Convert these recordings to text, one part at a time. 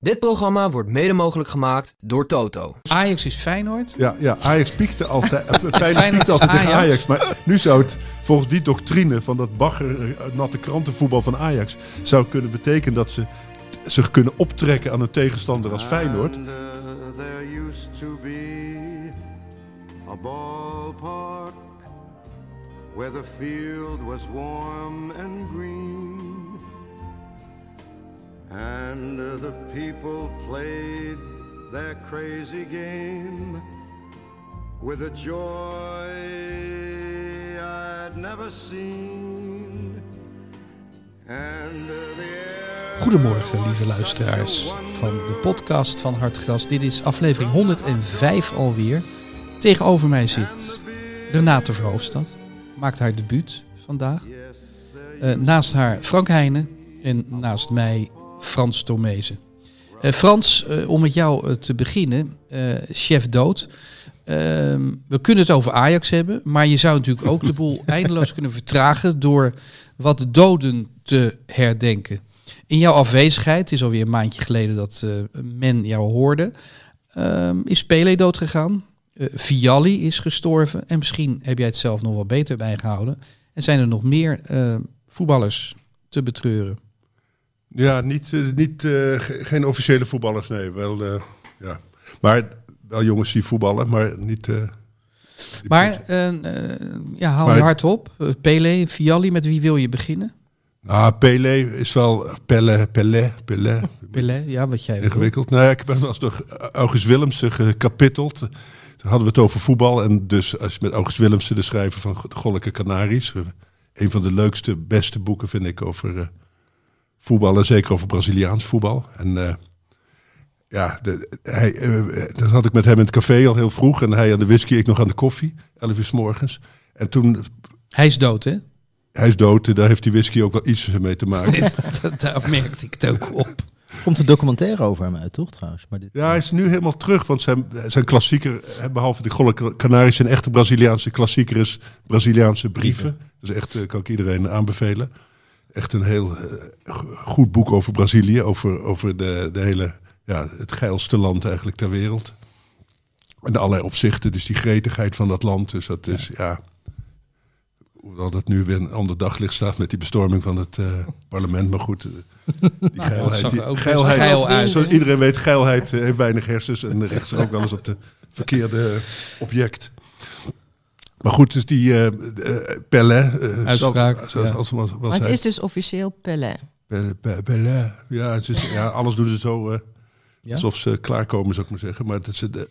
Dit programma wordt mede mogelijk gemaakt door Toto. Ajax is Feyenoord. Ja, Ajax piekte altijd. Feyenoord piekte altijd tegen Ajax. Maar nu zou het volgens die doctrine van dat bagger natte krantenvoetbal van Ajax zou kunnen betekenen dat ze zich kunnen optrekken aan een tegenstander als Feyenoord. There used to be a ballpark where the field was warm and green. And the people played their crazy game with a joy I'd never seen. And Goedemorgen, lieve luisteraars van de podcast van Hartgras. Dit is aflevering 105 alweer. Tegenover mij zit Renate Verhoofdstad. Maakt haar debuut vandaag. Naast haar Frank Heijnen en naast mij Frans Tomezen. Frans, om met jou te beginnen, chef dood. We kunnen het over Ajax hebben, maar je zou natuurlijk ook de boel eindeloos kunnen vertragen door wat doden te herdenken. In jouw afwezigheid, het is alweer een maandje geleden dat men jou hoorde, is Pelé dood gegaan. Vialli is gestorven en misschien heb jij het zelf nog wel beter bijgehouden. En zijn er nog meer voetballers te betreuren? Ja, geen officiële voetballers, nee. Ja. Maar wel jongens die voetballen, maar niet... Hou je hard op. Pelé, Vialli, met wie wil je beginnen? Nou, Pelé is wel... Pelé, ja, wat jij ingewikkeld. Nou ja, ik ben als door August Willemsen gekapitteld. Toen hadden we het over voetbal. En dus als je met August Willemsen, de schrijver van de Goddelijke Canaries... een van de leukste, beste boeken vind ik over... voetballen, zeker over Braziliaans voetbal. En dat had ik met hem in het café al heel vroeg. En hij aan de whisky, ik nog aan de koffie. 11 uur 's morgens. En toen... Hij is dood, hè? Hij is dood, daar heeft die whisky ook wel iets mee te maken. Daar merkte ik het ook op. Komt een documentaire over hem uit, toch trouwens? Maar ja, hij is nu helemaal terug, want zijn klassieker, behalve de Goddelijke Canaries, zijn echte Braziliaanse klassieker is Braziliaanse brieven. Dat is echt, kan ik iedereen aanbevelen. Echt een heel goed boek over Brazilië, over de hele, het geilste land eigenlijk ter wereld. En de allerlei opzichten, dus die gretigheid van dat land. Dus dat is, hoewel dat nu weer een ander daglicht staat met die bestorming van het parlement. Maar goed, die geilheid. Zoals iedereen weet, geilheid heeft weinig hersens en richt zich ook wel eens op de verkeerde object. Maar goed, dus die Pelé... uitspraak. Maar het is dus officieel Pelé. Pelé. Ja, alles doen ze zo alsof ze klaarkomen, zou ik maar zeggen. Maar,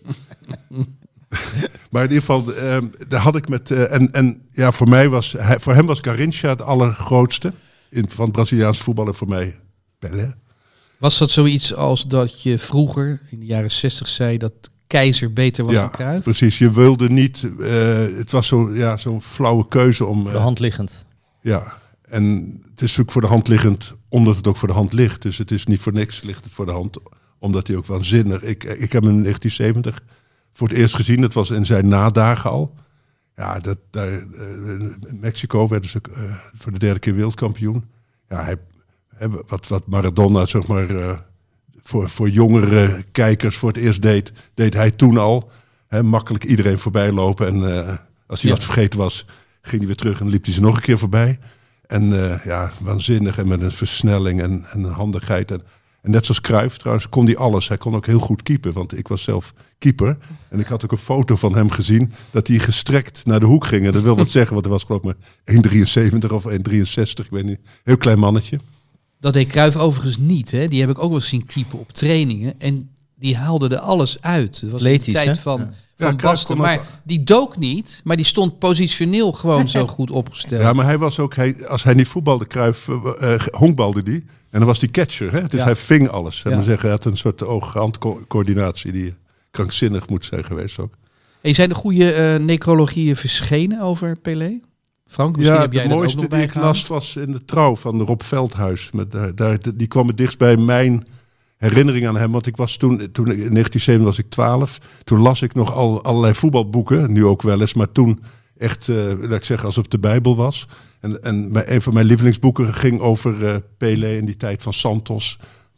maar in ieder geval, daar had ik met... voor hem was Garrincha het allergrootste van het Braziliaans voetbal en voor mij Pelé. Was dat zoiets als dat je vroeger, in de jaren 60, zei dat... Keizer beter was dan Cruijff? Precies. Je wilde niet... het was zo'n flauwe keuze om... voor de hand liggend. Ja. En het is natuurlijk voor de hand liggend, omdat het ook voor de hand ligt. Dus het is niet voor niks ligt het voor de hand. Omdat hij ook waanzinnig... Ik heb hem in 1970 voor het eerst gezien. Dat was in zijn nadagen al. Ja, in Mexico werden ze voor de 3e keer wereldkampioen. Ja, wat Maradona, zeg maar... Voor jongere kijkers voor het eerst deed hij toen al. Makkelijk iedereen voorbij lopen. En als hij wat vergeten was, ging hij weer terug en liep hij ze nog een keer voorbij. En waanzinnig en met een versnelling en een handigheid. En net zoals Cruijff trouwens, kon hij alles. Hij kon ook heel goed keepen, want ik was zelf keeper. En ik had ook een foto van hem gezien dat hij gestrekt naar de hoek ging. En dat wil wat zeggen, want hij was geloof ik maar 1,73 of 1,63, ik weet niet. Heel klein mannetje. Dat deed Cruijff overigens niet. Hè? Die heb ik ook wel zien keepen op trainingen. En die haalde er alles uit. Het was de tijd van Basten. Maar die dook niet. Maar die stond positioneel gewoon zo goed opgesteld. Ja, maar hij was ook... als hij niet voetbalde, Cruijff, honkbalde die. En dan was die catcher. Hè? Dus hij ving alles. En dan zeggen, hij had een soort oog-handcoördinatie die krankzinnig moet zijn geweest ook. En zijn er goede necrologieën verschenen over Pelé? Frank, misschien heb jij dat ook nog mooiste die ik las was in de Trouw van Rob Veldhuis. Die kwam het dichtst bij mijn herinnering aan hem. Want ik was toen in 1970 was ik 12. Toen las ik nog allerlei voetbalboeken. Nu ook wel eens. Maar toen echt, laat ik zeggen, alsof het de Bijbel was. En een van mijn lievelingsboeken ging over Pelé in die tijd van Santos.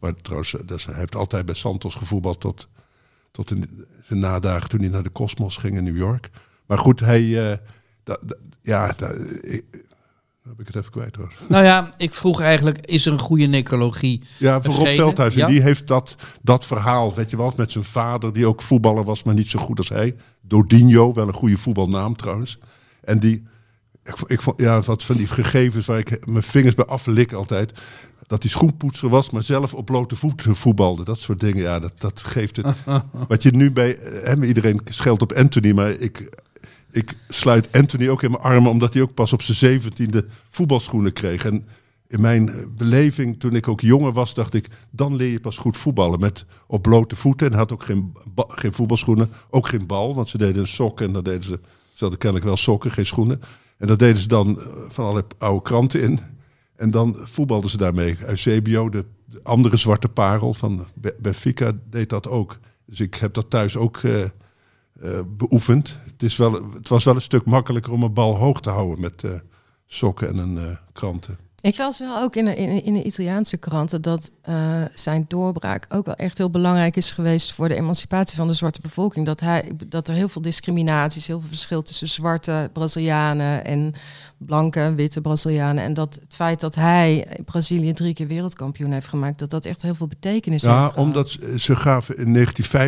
Maar trouwens, hij heeft altijd bij Santos gevoetbald tot in zijn nadagen toen hij naar de Cosmos ging in New York. Maar goed, hij... heb ik het even kwijt hoor. Nou ja, ik vroeg eigenlijk, is er een goede necrologie? Ja, voor Rob Veldhuizen. Ja? Die heeft dat verhaal, weet je wel, met zijn vader, die ook voetballer was, maar niet zo goed als hij. Dodinho, wel een goede voetbalnaam trouwens. En ik vond, wat van die gegevens waar ik mijn vingers bij aflik altijd, dat hij schoenpoetser was, maar zelf op blote voeten voetbalde. Dat soort dingen, ja, dat geeft het. Wat je nu bij, iedereen scheldt op Anthony, maar ik sluit Anthony ook in mijn armen, omdat hij ook pas op zijn 17e voetbalschoenen kreeg. En in mijn beleving, toen ik ook jonger was, dacht ik, dan leer je pas goed voetballen. Met op blote voeten. En had ook geen voetbalschoenen, ook geen bal. Want ze deden een sok en dan ze hadden kennelijk wel sokken, geen schoenen. En dat deden ze dan van alle oude kranten in. En dan voetbalden ze daarmee. Eusebio, de andere zwarte parel van Benfica, deed dat ook. Dus ik heb dat thuis ook beoefend. Het was wel een stuk makkelijker om een bal hoog te houden met sokken en een kranten. Ik las wel ook in de Italiaanse kranten dat zijn doorbraak ook wel echt heel belangrijk is geweest voor de emancipatie van de zwarte bevolking. Dat er heel veel discriminaties, heel veel verschil tussen zwarte Brazilianen en blanke, witte Brazilianen. En dat het feit dat hij Brazilië 3 keer wereldkampioen heeft gemaakt, dat echt heel veel betekenis heeft gehad. Ja, omdat ze gaven in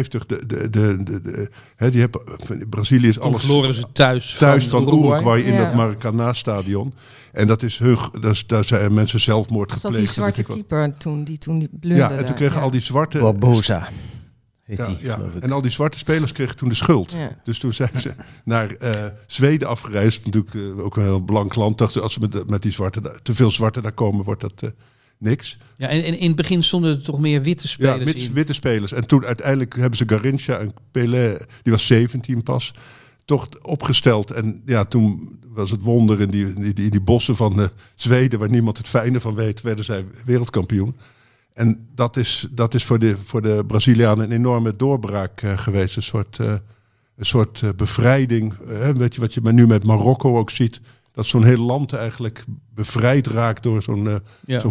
1950 die hebben Brazilië is alles. Verloren ze thuis van Uruguay in dat Maracanã-stadion. En daar zijn mensen zelfmoord gepleegd. Dat die zwarte keeper die blunderde. Ja, en toen kregen al die zwarte... Barbosa heet die, geloof ik. En al die zwarte spelers kregen toen de schuld. Ja. Dus toen zijn ze naar Zweden afgereisd. Natuurlijk ook een heel blank land. Dachten als ze met die zwarte, te veel zwarte daar komen, wordt dat niks. Ja, en in het begin stonden er toch meer witte spelers in. Witte spelers. En toen uiteindelijk hebben ze Garrincha en Pelé, die was 17 pas, toch opgesteld. En ja, toen was het wonder in die bossen van Zweden, waar niemand het fijne van weet, werden zij wereldkampioen. En dat is voor de Brazilianen een enorme doorbraak geweest. Een soort bevrijding. Weet je wat je nu met Marokko ook ziet? Dat zo'n heel land eigenlijk bevrijd raakt door zo'n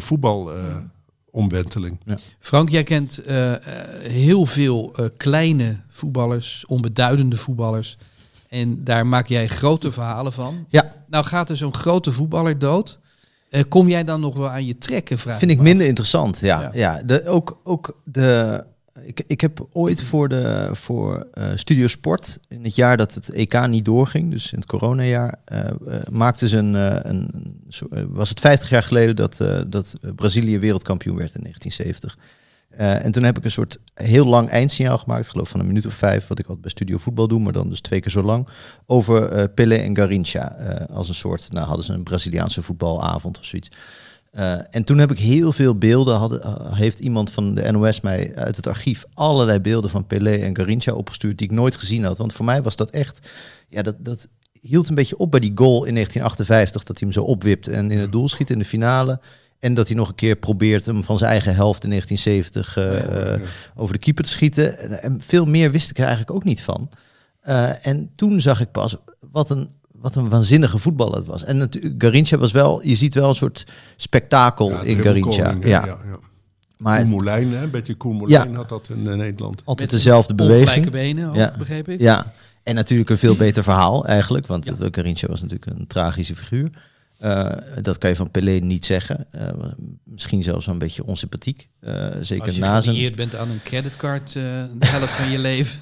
voetbalomwenteling. Ja. Frank, jij kent heel veel kleine voetballers, onbeduidende voetballers. En daar maak jij grote verhalen van. Ja. Nou gaat er zo'n grote voetballer dood. Kom jij dan nog wel aan je trekken? Vind ik minder interessant, ja. Ik heb ooit voor Studio Sport, in het jaar dat het EK niet doorging, dus in het coronajaar, maakten ze was het 50 jaar geleden dat Brazilië wereldkampioen werd in 1970. En toen heb ik een soort heel lang eindsignaal gemaakt, ik geloof van een minuut of 5, wat ik altijd bij Studio Voetbal doe, maar dan dus 2 keer zo lang, over Pelé en Garrincha. Als een soort, hadden ze een Braziliaanse voetbalavond of zoiets. En toen heb ik heel veel beelden, heeft iemand van de NOS mij uit het archief allerlei beelden van Pelé en Garrincha opgestuurd die ik nooit gezien had. Want voor mij was dat echt, dat hield een beetje op bij die goal in 1958, dat hij hem zo opwipt en in het doel schiet in de finale. En dat hij nog een keer probeert hem van zijn eigen helft in 1970 over de keeper te schieten. En veel meer wist ik er eigenlijk ook niet van. En toen zag ik pas wat een waanzinnige voetballer het was. En natuurlijk, Garrincha was wel, je ziet wel een soort spektakel in Garrincha. Ja. Maar Koemelijn, een beetje Koemelijn had dat in Nederland. Altijd dezelfde beweging. Ongelijke benen ook, begreep ik. Ja, en natuurlijk een veel beter verhaal eigenlijk. Want Garrincha was natuurlijk een tragische figuur. Dat kan je van Pelé niet zeggen. Misschien zelfs wel een beetje onsympathiek. Zeker als je na gelieerd bent aan een creditcard de helft van je leven.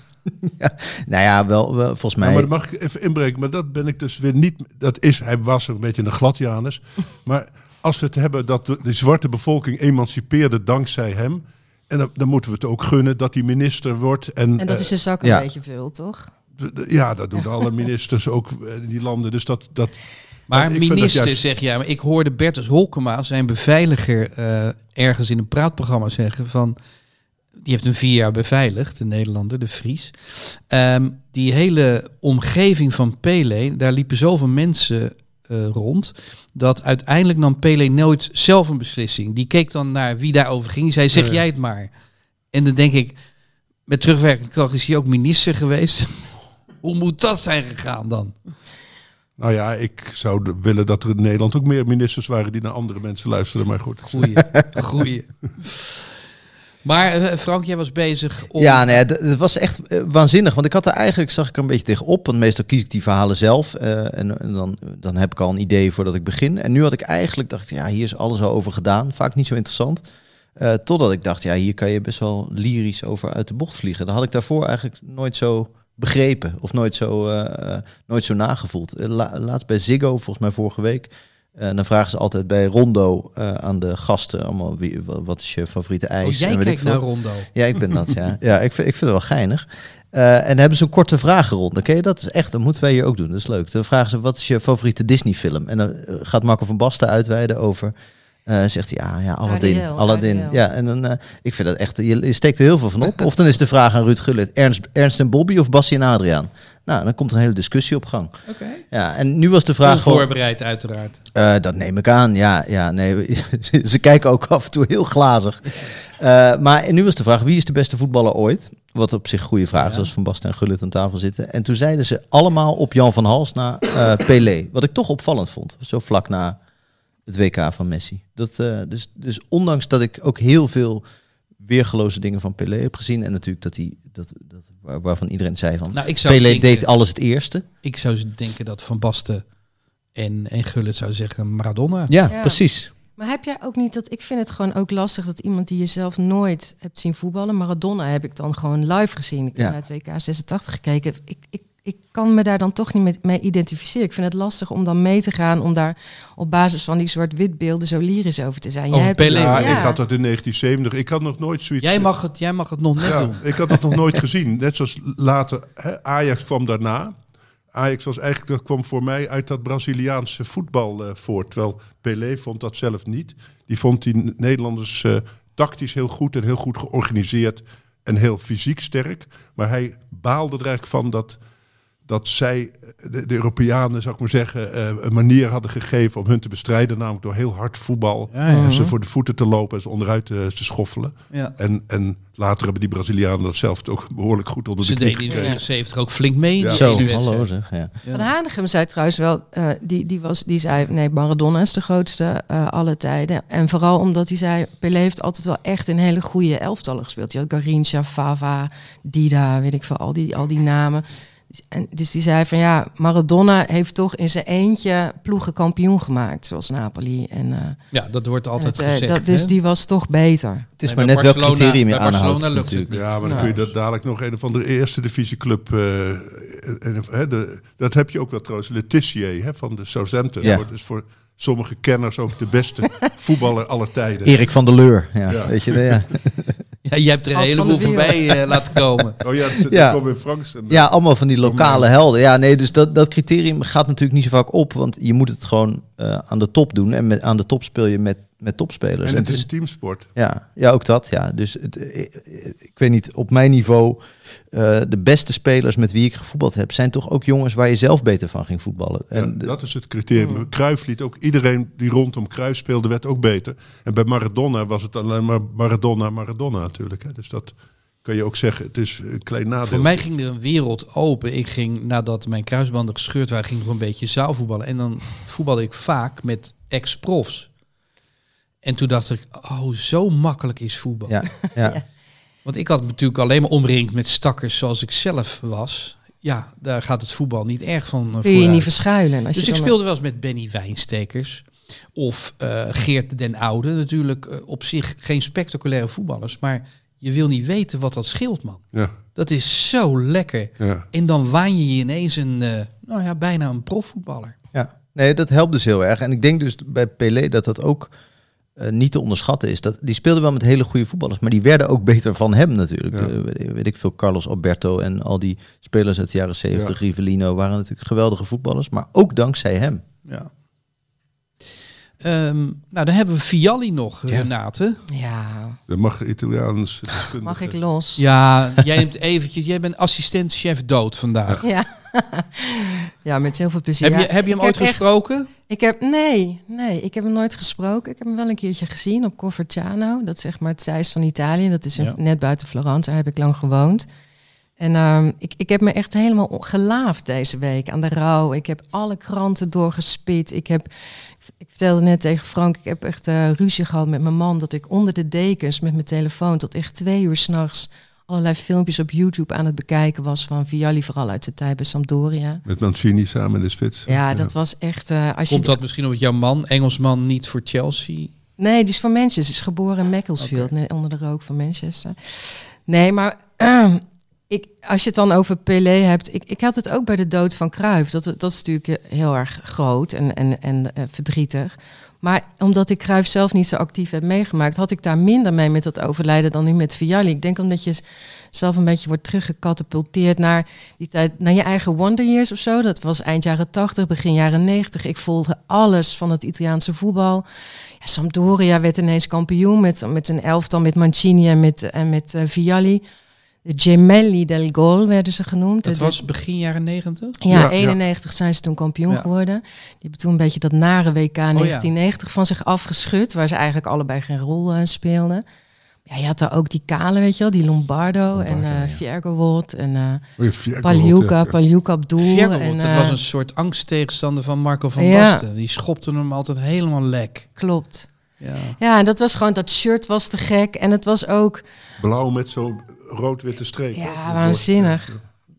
Wel volgens mij. Maar dat mag ik even inbreken, maar dat ben ik dus weer niet. Hij was een beetje een gladjanus. Maar als we het hebben dat de zwarte bevolking emancipeerde dankzij hem, en dan moeten we het ook gunnen dat hij minister wordt. En dat is de zak een beetje veel, toch? Ja, dat doen alle ministers ook in die landen. Dus dat maar minister zeg jij, maar ik hoorde Bertus Holkema, zijn beveiliger, ergens in een praatprogramma zeggen van, die heeft hem 4 jaar beveiligd, de Nederlander, de Vries. Die hele omgeving van Pelé, daar liepen zoveel mensen rond, dat uiteindelijk nam Pelé nooit zelf een beslissing. Die keek dan naar wie daarover ging. Die zei, zeg jij het maar. En dan denk ik, met terugwerkende kracht is hij ook minister geweest. Hoe moet dat zijn gegaan dan? Nou ja, ik zou willen dat er in Nederland ook meer ministers waren die naar andere mensen luisterden, maar goed. Goeie. Maar Frank, jij was bezig om... Ja, nee, het was echt waanzinnig. Want ik had er eigenlijk, zag ik er een beetje tegenop. Want meestal kies ik die verhalen zelf. En dan heb ik al een idee voordat ik begin. En nu had ik eigenlijk, dacht ik, ja, hier is alles al over gedaan. Vaak niet zo interessant. Totdat ik dacht, ja, hier kan je best wel lyrisch over uit de bocht vliegen. Dat had ik daarvoor eigenlijk nooit zo begrepen. Of nooit zo nagevoeld. Laatst bij Ziggo, volgens mij vorige week... dan vragen ze altijd bij Rondo aan de gasten allemaal wat is je favoriete ijs. Jij kijkt naar Rondo. Ja, ik ben dat, ja. Ja, ik vind het wel geinig. En dan hebben ze een korte vragenronde. Ken je dat? Dat is echt, dat moeten wij hier ook doen. Dat is leuk. Dan vragen ze, wat is je favoriete Disney-film? En dan gaat Marco van Basten uitweiden over... zegt hij, ja, Aladdin. Ja, en dan, ik vind dat echt, je steekt er heel veel van op. Of dan is de vraag aan Ruud Gullit, Ernst en Bobby of Bassie en Adriaan? Nou, dan komt er een hele discussie op gang. Oké. Ja, en nu was de vraag voorbereid uiteraard. Dat neem ik aan, ja, nee. Ze kijken ook af en toe heel glazig. Maar nu was de vraag, wie is de beste voetballer ooit? Wat op zich goede vraag is, als Van Basten en Gullit aan tafel zitten. En toen zeiden ze allemaal op Jan van Hals na Pelé. Wat ik toch opvallend vond, zo vlak na het WK van Messi. Dus ondanks dat ik ook heel veel weergeloze dingen van Pelé heb gezien... en natuurlijk waarvan iedereen zei van... Nou, Pelé deed alles het eerste. Ik zou denken dat Van Basten en Gullit zou zeggen Maradona. Ja, precies. Maar heb jij ook niet dat... Ik vind het gewoon ook lastig dat iemand die je zelf nooit hebt zien voetballen... Maradona heb ik dan gewoon live gezien. Ik heb naar het WK 86 gekeken. Ik kan me daar dan toch niet mee identificeren. Ik vind het lastig om dan mee te gaan... om daar op basis van die zwart-wit beelden zo lyrisch over te zijn. Over Pelé. Ik had dat in 1970. Ik had nog nooit zoiets... Jij mag het nog net doen. Ik had dat nog nooit gezien. Net zoals later, Ajax kwam daarna. Ajax kwam voor mij uit dat Braziliaanse voetbal voort. Terwijl Pelé vond dat zelf niet. Die vond die Nederlanders tactisch heel goed en heel goed georganiseerd... en heel fysiek sterk. Maar hij baalde er eigenlijk van dat zij, de Europeanen, zou ik maar zeggen, een manier hadden gegeven om hun te bestrijden. Namelijk door heel hard voetbal. En ze voor de voeten te lopen en ze onderuit te schoffelen. Ja. En later hebben die Brazilianen dat zelf ook behoorlijk goed onder de knie gekregen. Ze deden in 74 ook flink mee. Ja. Zo, hallo zeg. Ja. Van Hanegem zei trouwens wel, die zei, nee, Maradona is de grootste alle tijden. En vooral omdat hij zei, Pelé heeft altijd wel echt een hele goede elftallen gespeeld. Je had Garrincha, Fava, Dida, weet ik veel, al die namen. En dus die zei van ja, Maradona heeft toch in zijn eentje ploegen kampioen gemaakt, zoals Napoli. En, ja, dat wordt altijd gezegd. Dus die was toch beter. Het is maar net welk criterium je aanhoudt natuurlijk. Ja, maar dan kun je dat dadelijk nog een van de eerste divisieclub... dat heb je ook wel trouwens, Le Tissier van de Southampton. Ja. Dat is voor sommige kenners ook de beste voetballer aller tijden. Erik van der Leur, weet je. Ja. Ja, je hebt er een heleboel voorbij laten komen. Oh ja, dat komen in Franks. Ja, allemaal van die lokale helden. Ja, nee, dus dat criterium gaat natuurlijk niet zo vaak op. Want je moet het gewoon aan de top doen. En aan de top speel je met topspelers. En het is een teamsport. Ja, ook dat. Ja. Dus ik weet niet, op mijn niveau... de beste spelers met wie ik gevoetbald heb... zijn toch ook jongens waar je zelf beter van ging voetballen. En dat is het criterium. Cruijff liet ook iedereen die rondom Cruijff speelde... werd ook beter. En bij Maradona was het alleen maar Maradona natuurlijk. Hè. Dus dat kan je ook zeggen. Het is een klein nadeel. Voor mij ging er een wereld open. Ik ging, nadat mijn kruisbanden gescheurd waren... ging ik een beetje zaalvoetballen. En dan voetbalde ik vaak met ex-profs. En toen dacht ik, zo makkelijk is voetbal. Ja. Want ik had natuurlijk alleen maar omringd met stakkers zoals ik zelf was. Ja, daar gaat het voetbal niet erg van kun je niet verschuilen. Dus ik speelde wel eens met Benny Wijnstekers. Of Geert den Oude. Natuurlijk op zich geen spectaculaire voetballers. Maar je wil niet weten wat dat scheelt, man. Ja. Dat is zo lekker. Ja. En dan waan je ineens bijna een profvoetballer. Ja, nee, dat helpt dus heel erg. En ik denk dus bij Pelé dat ook... niet te onderschatten is. Die speelden wel met hele goede voetballers, maar die werden ook beter van hem natuurlijk. Ja. Weet ik veel, Carlos Alberto en al die spelers uit de jaren 70, Rivellino, waren natuurlijk geweldige voetballers, maar ook dankzij hem. Ja. Dan hebben we Vialli nog, Renate. Ja. Dat mag Italiaans. Mag ik los? Ja, jij neemt eventjes. Jij bent assistent-chef dood vandaag. Ja. Ja, met heel veel plezier. Heb je hem ooit gesproken? Nee, ik heb hem nooit gesproken. Ik heb hem wel een keertje gezien op Coverciano. Dat is zeg maar het Zeist van Italië. Dat is net buiten Florence. Daar heb ik lang gewoond. En ik heb me echt helemaal gelaafd deze week aan de rouw. Ik heb alle kranten doorgespit. Ik vertelde net tegen Frank, ik heb echt ruzie gehad met mijn man, dat ik onder de dekens met mijn telefoon tot echt 2 uur 's nachts allerlei filmpjes op YouTube aan het bekijken was van Vialli, vooral uit de tijd bij Sampdoria. Met Mancini samen in de spits. Ja, dat was echt... Komt dat misschien omdat jouw man, Engelsman, niet voor Chelsea? Nee, die is van Manchester. Is geboren in Macclesfield, Okay. onder de rook van Manchester. Nee, maar als je het dan over Pelé hebt... Ik had het ook bij de dood van Cruyff. Dat is natuurlijk heel erg groot en verdrietig. Maar omdat ik Cruyff zelf niet zo actief heb meegemaakt, had ik daar minder mee met dat overlijden dan nu met Vialli. Ik denk omdat je zelf een beetje wordt teruggecatapulteerd naar die tijd, naar je eigen Wonder Years of zo. Dat was eind jaren 80, begin jaren 90. Ik volgde alles van het Italiaanse voetbal. Ja, Sampdoria werd ineens kampioen met een elftal met Mancini en met Vialli. De Gemelli del Gol werden ze genoemd. Dat was begin jaren 90? Ja, 91 zijn ze toen kampioen geworden. Die hebben toen een beetje dat nare WK 1990 van zich afgeschud, waar ze eigenlijk allebei geen rol speelden. Ja, je had daar ook die kale, weet je wel, die Lombardo en Fiergowold en Paljuka Abdul. Fiergowold, dat was een soort angsttegenstander van Marco van Basten. Die schopte hem altijd helemaal lek. Klopt. Ja, en dat was gewoon, dat shirt was te gek. En het was ook... Blauw met zo'n rood-witte streep. Ja, waanzinnig.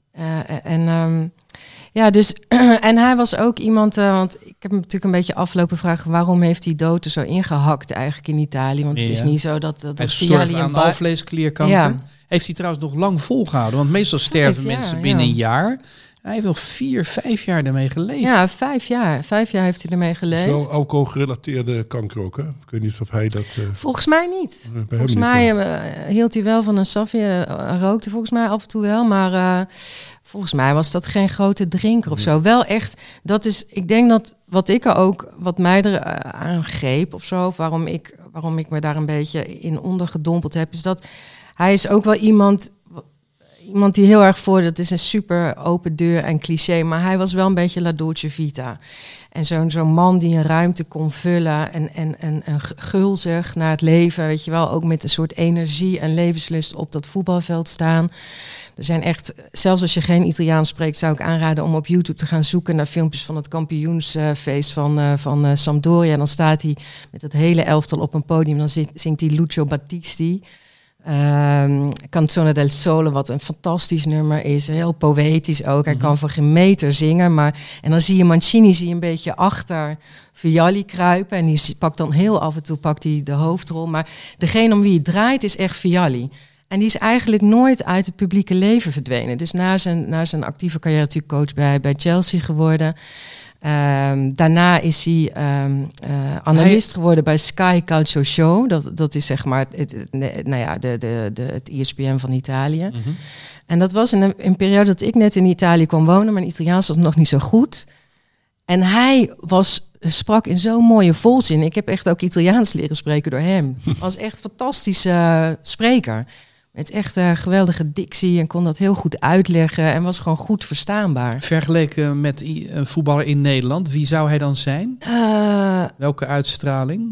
Dus... en hij was ook iemand... want ik heb hem natuurlijk een beetje aflopen vragen... waarom heeft hij dood er zo ingehakt eigenlijk in Italië? Want het is niet zo dat hij gestorven aan alvleesklierkanker. Ja. Heeft hij trouwens nog lang volgehouden? Want meestal sterven mensen binnen een jaar... Hij heeft nog 4-5 jaar ermee geleefd. Ja, 5 jaar. 5 jaar heeft hij ermee geleefd. Wel alcoholgerelateerde kanker ook, hè? Ik weet niet of hij dat... Volgens mij niet. Volgens mij hield hij wel van een safje. Rookte volgens mij af en toe wel. Maar volgens mij was dat geen grote drinker of zo. Wel echt, dat is... Ik denk dat wat mij er aangreep of zo... Of waarom ik me daar een beetje in ondergedompeld heb... is dat hij is ook wel iemand die heel erg dat is een super open deur en cliché, maar hij was wel een beetje la dolce vita. En zo'n man die een ruimte kon vullen en gulzig naar het leven, weet je wel, ook met een soort energie en levenslust op dat voetbalveld staan. Er zijn echt, zelfs als je geen Italiaans spreekt, zou ik aanraden om op YouTube te gaan zoeken naar filmpjes van het kampioensfeest van Sampdoria. Dan staat hij met het hele elftal op een podium, dan zingt hij Lucio Battisti. Canzone del Sole, wat een fantastisch nummer is. Heel poëtisch ook. Hij kan van geen meter zingen. En dan zie je Mancini een beetje achter Vialli kruipen. En die pakt dan heel af en toe de hoofdrol. Maar degene om wie het draait is echt Vialli. En die is eigenlijk nooit uit het publieke leven verdwenen. Dus na zijn actieve carrière natuurlijk coach bij Chelsea geworden. Daarna is hij analist geworden bij Sky Calcio Show. Dat is zeg maar het ESPN van Italië. Mm-hmm. En dat was in een periode dat ik net in Italië kwam wonen. Mijn Italiaans was nog niet zo goed. En hij sprak in zo'n mooie volzin. Ik heb echt ook Italiaans leren spreken door hem. Hij was echt een fantastische spreker. Met echt geweldige dictie en kon dat heel goed uitleggen en was gewoon goed verstaanbaar. Vergeleken met een voetballer in Nederland, wie zou hij dan zijn? Welke uitstraling?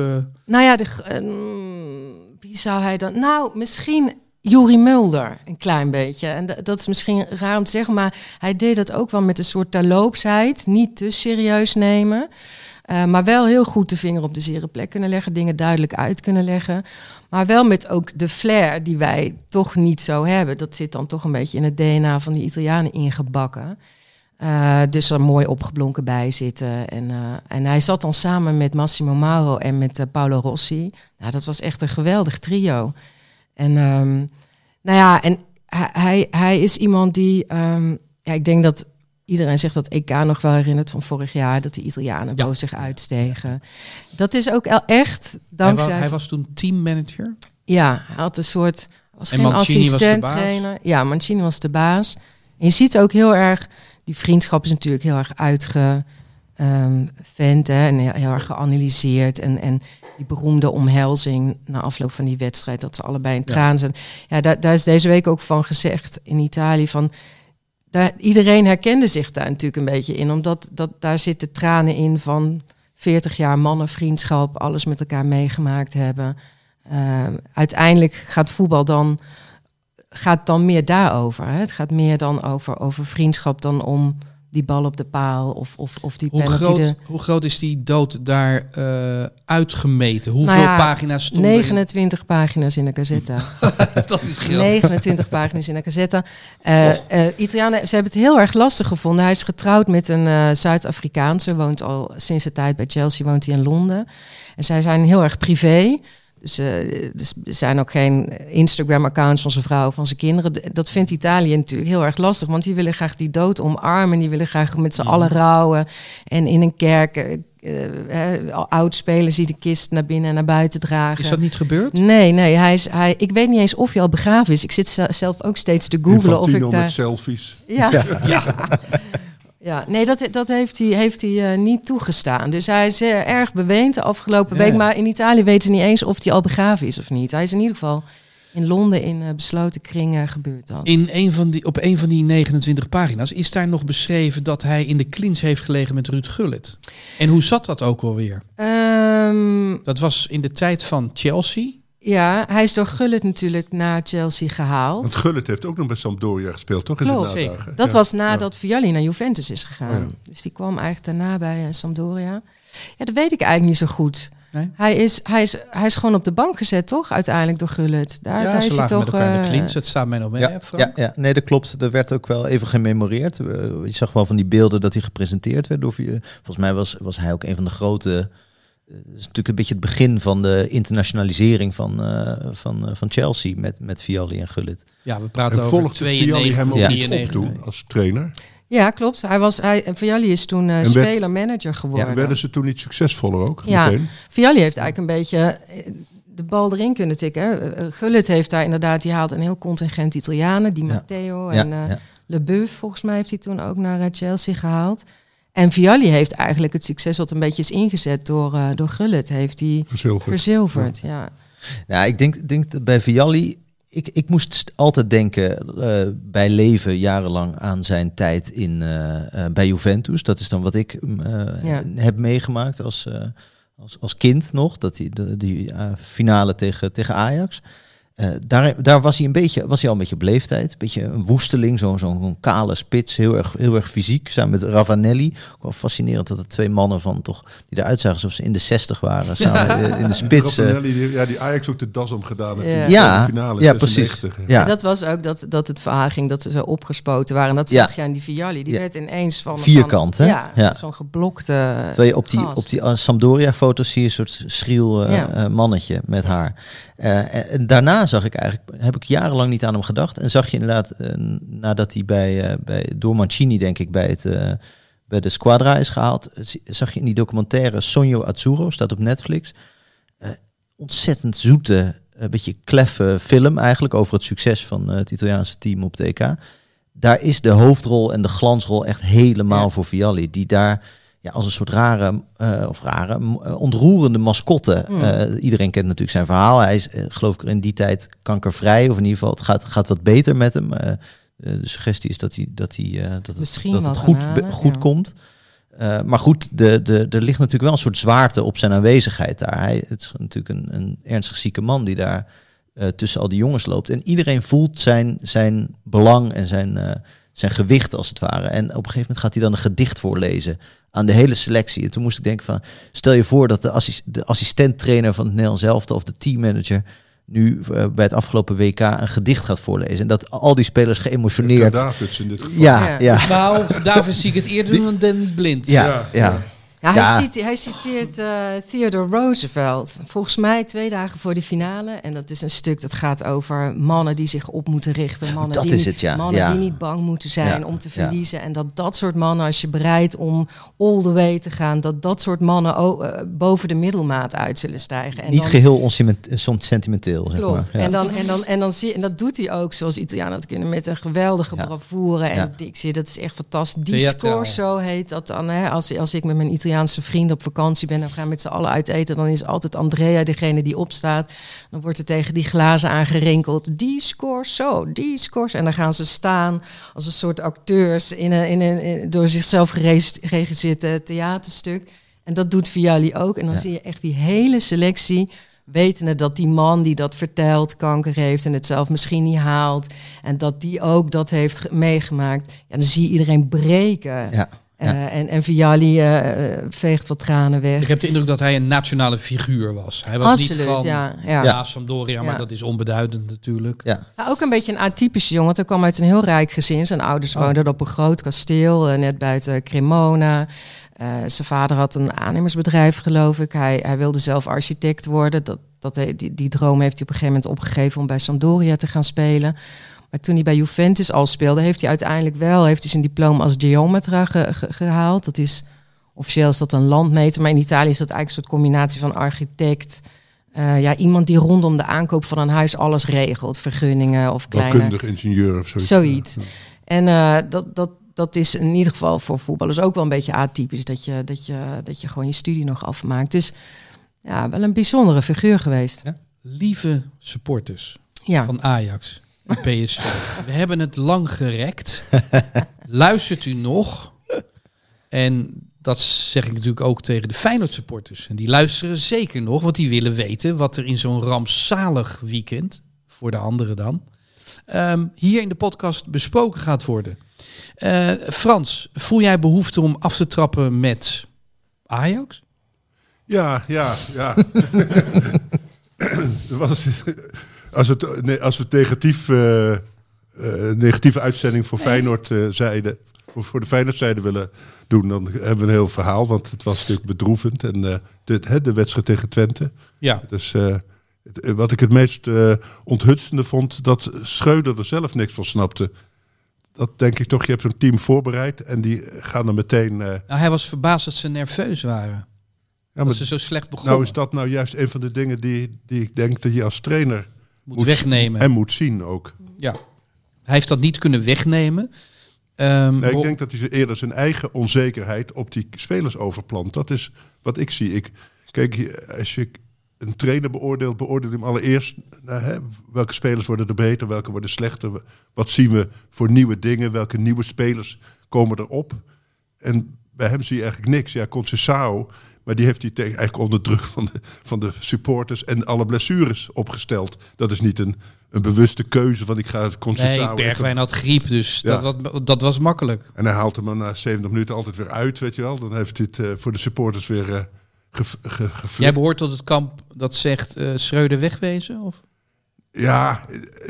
Wie zou hij dan... Nou, misschien Juri Mulder, een klein beetje. En dat is misschien raar om te zeggen, maar hij deed dat ook wel met een soort terloopsheid. Niet te serieus nemen. Maar wel heel goed de vinger op de zere plek kunnen leggen, dingen duidelijk uit kunnen leggen. Maar wel met ook de flair die wij toch niet zo hebben. Dat zit dan toch een beetje in het DNA van die Italianen ingebakken. Dus er mooi opgeblonken bij zitten. En hij zat dan samen met Massimo Mauro en met Paolo Rossi. Nou, dat was echt een geweldig trio. En hij is iemand die... ik denk dat iedereen zegt dat EK nog wel herinnert van vorig jaar, dat de Italianen boven zich uitstegen. Dat is ook echt dankzij... Hij was toen teammanager? Ja, hij had een soort... was geen assistent-trainer. Ja, Mancini was de baas. En je ziet ook heel erg... Die vriendschap is natuurlijk heel erg uitgevent en heel erg geanalyseerd. En die beroemde omhelzing na afloop van die wedstrijd, dat ze allebei in tranen zijn. Ja, daar is deze week ook van gezegd in Italië van... Iedereen herkende zich daar natuurlijk een beetje in, omdat daar zitten tranen in van 40 jaar mannenvriendschap, alles met elkaar meegemaakt hebben. Uiteindelijk gaat voetbal dan gaat dan meer daarover. Hè? Het gaat meer dan over vriendschap dan om die bal op de paal of die penalty. Hoe groot is die dood daar uitgemeten? Hoeveel pagina's stonden 29 pagina's in de Gazzetta. Dat is groot. 29 pagina's in de Gazzetta. Italianen, ze hebben het heel erg lastig gevonden. Hij is getrouwd met een Zuid-Afrikaanse. Woont al sinds de tijd bij Chelsea, woont hij in Londen. En zij zijn heel erg privé. Dus er zijn ook geen Instagram-accounts van zijn vrouw of van zijn kinderen. Dat vindt Italië natuurlijk heel erg lastig. Want die willen graag die dood omarmen. Die willen graag met z'n allen rouwen. En in een kerk oudspelers die de kist naar binnen en naar buiten dragen. Is dat niet gebeurd? Nee. Ik weet niet eens of hij al begraven is. Ik zit zelf ook steeds te googlen of ik daar... met selfies. Ja. Ja, nee, dat heeft hij niet toegestaan. Dus hij is erg beweend de afgelopen week. Maar in Italië weten ze niet eens of hij al begraven is of niet. Hij is in ieder geval in Londen in besloten kringen gebeurd dat. Op een van die 29 pagina's is daar nog beschreven dat hij in de clinch heeft gelegen met Ruud Gullit. En hoe zat dat ook alweer? Dat was in de tijd van Chelsea. Ja, hij is door Gullit natuurlijk naar Chelsea gehaald. Want Gullit heeft ook nog bij Sampdoria gespeeld, toch? Klopt. Dat was nadat Vialli naar Juventus is gegaan. Oh, ja. Dus die kwam eigenlijk daarna bij Sampdoria. Ja, dat weet ik eigenlijk niet zo goed. Nee? Hij is gewoon op de bank gezet, toch? Uiteindelijk door Gullit. Daar is hij toch met elkaar in de clinch. Het staat mij nog mee, Frank? Ja, nee, dat klopt. Er werd ook wel even gememoreerd. Je zag wel van die beelden dat hij gepresenteerd werd. Volgens mij was hij ook een van de grote... Het is natuurlijk een beetje het begin van de internationalisering van Chelsea met Vialli en Gullit. Ja, we praten over 92, hem ook op toen als trainer. Ja, klopt. Vialli is toen speler-manager geworden. Ja, werden ze toen niet succesvoller ook? Ja, meteen? Vialli heeft eigenlijk een beetje de bal erin kunnen tikken. Gullit heeft daar inderdaad, die haalt een heel contingent Italianen. Die Matteo en Leboeuf, volgens mij heeft hij toen ook naar Chelsea gehaald. En Vialli heeft eigenlijk het succes wat een beetje is ingezet door Gullit, heeft hij verzilverd. Ja. Nou, ik denk dat bij Vialli, ik moest altijd denken bij leven jarenlang aan zijn tijd bij Juventus. Dat is dan wat ik heb meegemaakt als kind nog, dat die finale tegen Ajax. Daar was hij al een beetje op leeftijd. Een beetje een woesteling, zo'n kale spits. Heel erg fysiek, samen met Ravanelli. Ook wel fascinerend dat er twee mannen van toch die eruit zagen alsof ze in de 60 waren. Samen in de spits. Ravanelli, die Ajax ook de das omgedaan heeft. Ja, in de finale, ja, precies. Ja. Dat was ook dat het verhaal ging dat ze zo opgespoten waren. En dat zag je aan die Vialli. Die werd ineens van... Vierkant, hè? Ja, zo'n geblokte Terwijl je op die Sampdoria-foto's zie je een soort schriel mannetje met haar. En daarna heb ik jarenlang niet aan hem gedacht. En zag je inderdaad, nadat hij door Mancini, denk ik, bij de Squadra is gehaald, zag je in die documentaire Sogno Azzurro, staat op Netflix. Ontzettend zoete, een beetje kleffe film eigenlijk over het succes van het Italiaanse team op de EK. Daar is de hoofdrol en de glansrol echt helemaal voor Vialli, die daar... Ja, als een soort rare, ontroerende mascotte. Iedereen kent natuurlijk zijn verhaal. Hij is, geloof ik, in die tijd kankervrij. Of in ieder geval, het gaat wat beter met hem. De suggestie is dat het goed komt. Maar goed, er ligt natuurlijk wel een soort zwaarte op zijn aanwezigheid daar. Het is natuurlijk een ernstig zieke man die daar tussen al die jongens loopt. En iedereen voelt zijn belang en zijn gewicht als het ware. En op een gegeven moment gaat hij dan een gedicht voorlezen aan de hele selectie. En toen moest ik denken van, stel je voor dat de assistent-trainer van het Nederlands elftal of de teammanager nu bij het afgelopen WK een gedicht gaat voorlezen. En dat al die spelers geëmotioneerd... Davids in dit geval. Ja. Nou, Davids zie ik het eerder doen dan niet blind. Ja. Hij citeert Theodore Roosevelt. Volgens mij 2 dagen voor de finale. En dat is een stuk dat gaat over mannen die zich op moeten richten. Mannen die niet bang moeten zijn om te verliezen. En dat soort mannen, als je bereid om all the way te gaan... dat soort mannen boven de middelmaat uit zullen stijgen. En niet geheel sentimenteel. Klopt. Zeg maar. En dan zie je, en dat doet hij ook zoals Italianen dat kunnen... met een geweldige bravoure. En dat is echt fantastisch. Discorso heet dat dan. Hè? Als ik met mijn Italiaanse vrienden op vakantie ben en we gaan met z'n allen uit eten, dan is altijd Andrea degene die opstaat. Dan wordt er tegen die glazen aangerinkeld. Die score zo. En dan gaan ze staan als een soort acteurs in een door zichzelf geregisseerd theaterstuk. En dat doet Vialli ook. En dan zie je echt die hele selectie Wetende dat die man die dat vertelt kanker heeft en het zelf misschien niet haalt. En dat die ook dat heeft meegemaakt. Ja, dan zie je iedereen breken. Ja. En Vialli veegt wat tranen weg. Ik heb de indruk dat hij een nationale figuur was. Hij was Absoluut, niet van ja. Sampdoria, maar Ja. dat is onbeduidend natuurlijk. Ja. Ja, ook een beetje een atypische jongen. Want hij kwam uit een heel rijk gezin. Zijn ouders woonden op een groot kasteel, net buiten Cremona. Zijn vader had een aannemersbedrijf, geloof ik. Hij wilde zelf architect worden. Die droom heeft hij op een gegeven moment opgegeven om bij Sampdoria te gaan spelen. Maar toen hij bij Juventus al speelde, heeft hij uiteindelijk zijn diploma als geometra gehaald. Dat is, officieel is dat een landmeter, maar in Italië is dat eigenlijk een soort combinatie van architect. Iemand die rondom de aankoop van een huis alles regelt. Vergunningen of kleine... Bouwkundig ingenieur of zoiets. Zoiets. Ja. En dat is in ieder geval voor voetballers ook wel een beetje atypisch. Dat je gewoon je studie nog afmaakt. Dus ja, wel een bijzondere figuur geweest. Ja. Lieve supporters Ja. van Ajax en PSV. We hebben het lang gerekt. Luistert u nog? En dat zeg ik natuurlijk ook tegen de Feyenoord supporters. En die luisteren zeker nog, want die willen weten wat er in zo'n rampzalig weekend, voor de anderen dan, hier in de podcast besproken gaat worden. Frans, voel jij behoefte om af te trappen met Ajax? Ja. Als we negatieve uitzending voor Feyenoord zeiden, voor de Feyenoordzijde willen doen, dan hebben we een heel verhaal, want het was natuurlijk bedroevend. En de wedstrijd tegen Twente. Ja. Dus wat ik het meest onthutsende vond, dat Schreuder er zelf niks van snapte. Dat denk ik toch, je hebt zo'n team voorbereid en die gaan er meteen... Nou, hij was verbaasd dat ze nerveus waren. Ja, Dat ze zo slecht begonnen. nou is dat nou juist een van de dingen die ik denk dat je als trainer moet wegnemen. en moet zien ook. Ja. Hij heeft dat niet kunnen wegnemen. Nee, ik denk dat hij eerder zijn eigen onzekerheid op die spelers overplant. Dat is wat ik zie. Kijk, als je een trainer beoordeelt hem allereerst welke spelers worden er beter, welke worden slechter. Wat zien we voor nieuwe dingen, welke nieuwe spelers komen erop. En bij hem zie je eigenlijk niks. Ja, Conceição, maar die heeft hij eigenlijk onder druk van de supporters en alle blessures opgesteld. Dat is niet een bewuste keuze van ik ga het Conceição... Nee, Bergwijn had griep, dus Ja. dat was makkelijk. En hij haalt hem na 70 minuten altijd weer uit, weet je wel. Dan heeft hij het voor de supporters weer geflikt. Jij behoort tot het kamp dat zegt Schreuder wegwezen? Of? Ja,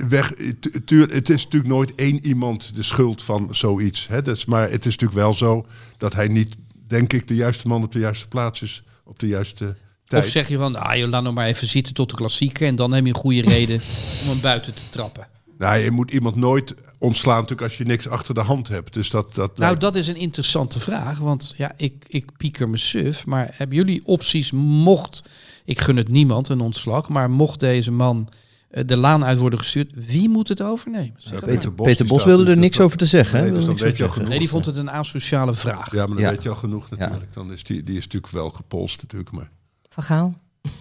het is natuurlijk nooit één iemand de schuld van zoiets. Hè? Maar het is natuurlijk wel zo dat hij niet, denk ik, de juiste man op de juiste plaats is. Op de juiste tijd. Of zeg je van, je laat nog maar even zitten tot de klassieker en dan heb je een goede reden om hem buiten te trappen. Nou, je moet iemand nooit ontslaan natuurlijk als je niks achter de hand hebt. Dus Dat is een interessante vraag, want ja, ik pieker me suf, maar hebben jullie opties mocht, ik gun het niemand een ontslag, maar mocht deze man de laan uit worden gestuurd, wie moet het overnemen? Ja, Peter Bos wilde er niks over te zeggen. Nee, hè? dus dan Wilde weet je al niks over genoeg. Nee, die vond het een asociale vraag. Ja, maar dan Ja. weet je al genoeg natuurlijk. Dan is die is natuurlijk wel gepolst natuurlijk. Maar Van Gaal.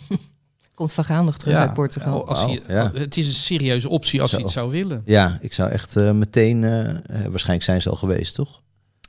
Komt Van Gaal nog terug uit Portugal. Als hij, ja. Het is een serieuze optie als hij het zou willen. Ja, ik zou echt meteen... waarschijnlijk zijn ze al geweest, toch?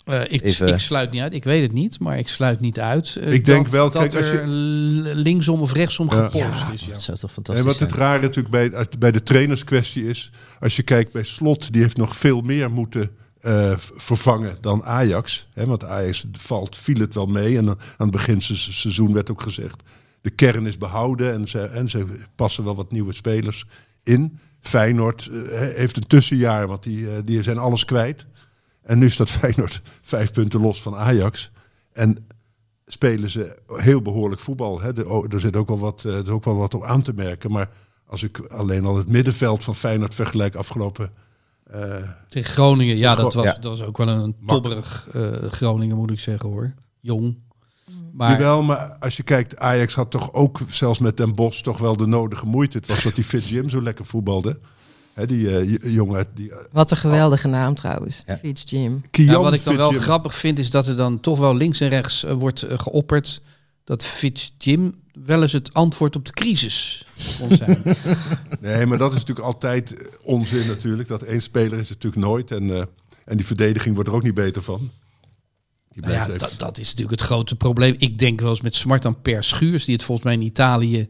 Ik sluit niet uit, ik weet het niet, maar ik sluit niet uit. Ik denk wel, dat kijk, als er linksom of rechtsom gepolst is. Ja. Dat zou toch en fantastisch wat het zijn. rare natuurlijk bij de trainerskwestie is, als je kijkt bij Slot, die heeft nog veel meer moeten vervangen dan Ajax. Hè, want Ajax viel het wel mee. En aan het begin van het seizoen werd ook gezegd, de kern is behouden en ze passen wel wat nieuwe spelers in. Feyenoord heeft een tussenjaar, want die zijn alles kwijt. En nu staat Feyenoord 5 punten los van Ajax. En spelen ze heel behoorlijk voetbal. Hè. Er zit ook wel wat op aan te merken. Maar als ik alleen al het middenveld van Feyenoord vergelijk afgelopen... Tegen Groningen, ja, dat Ja. was ook wel een tobberig Groningen, moet ik zeggen hoor. Jong. Maar Jawel, maar als je kijkt, Ajax had toch ook zelfs met Den Bosch toch wel de nodige moeite. Het was dat die Fitz Jim zo lekker voetbalde. Hè, die jongen... Wat een geweldige naam trouwens. Ja. Fitz Jim. Kian wat ik dan wel Fitz Jim. grappig vind, is dat er dan toch wel links en rechts wordt geopperd dat Fitz Jim wel eens het antwoord op de crisis kon zijn. Nee, maar dat is natuurlijk altijd onzin natuurlijk. Dat één speler is het natuurlijk nooit. En die verdediging wordt er ook niet beter van. Die Nou ja, blijft even- dat is natuurlijk het grote probleem. Ik denk wel eens met Smart aan Per Schuurs, die het volgens mij in Italië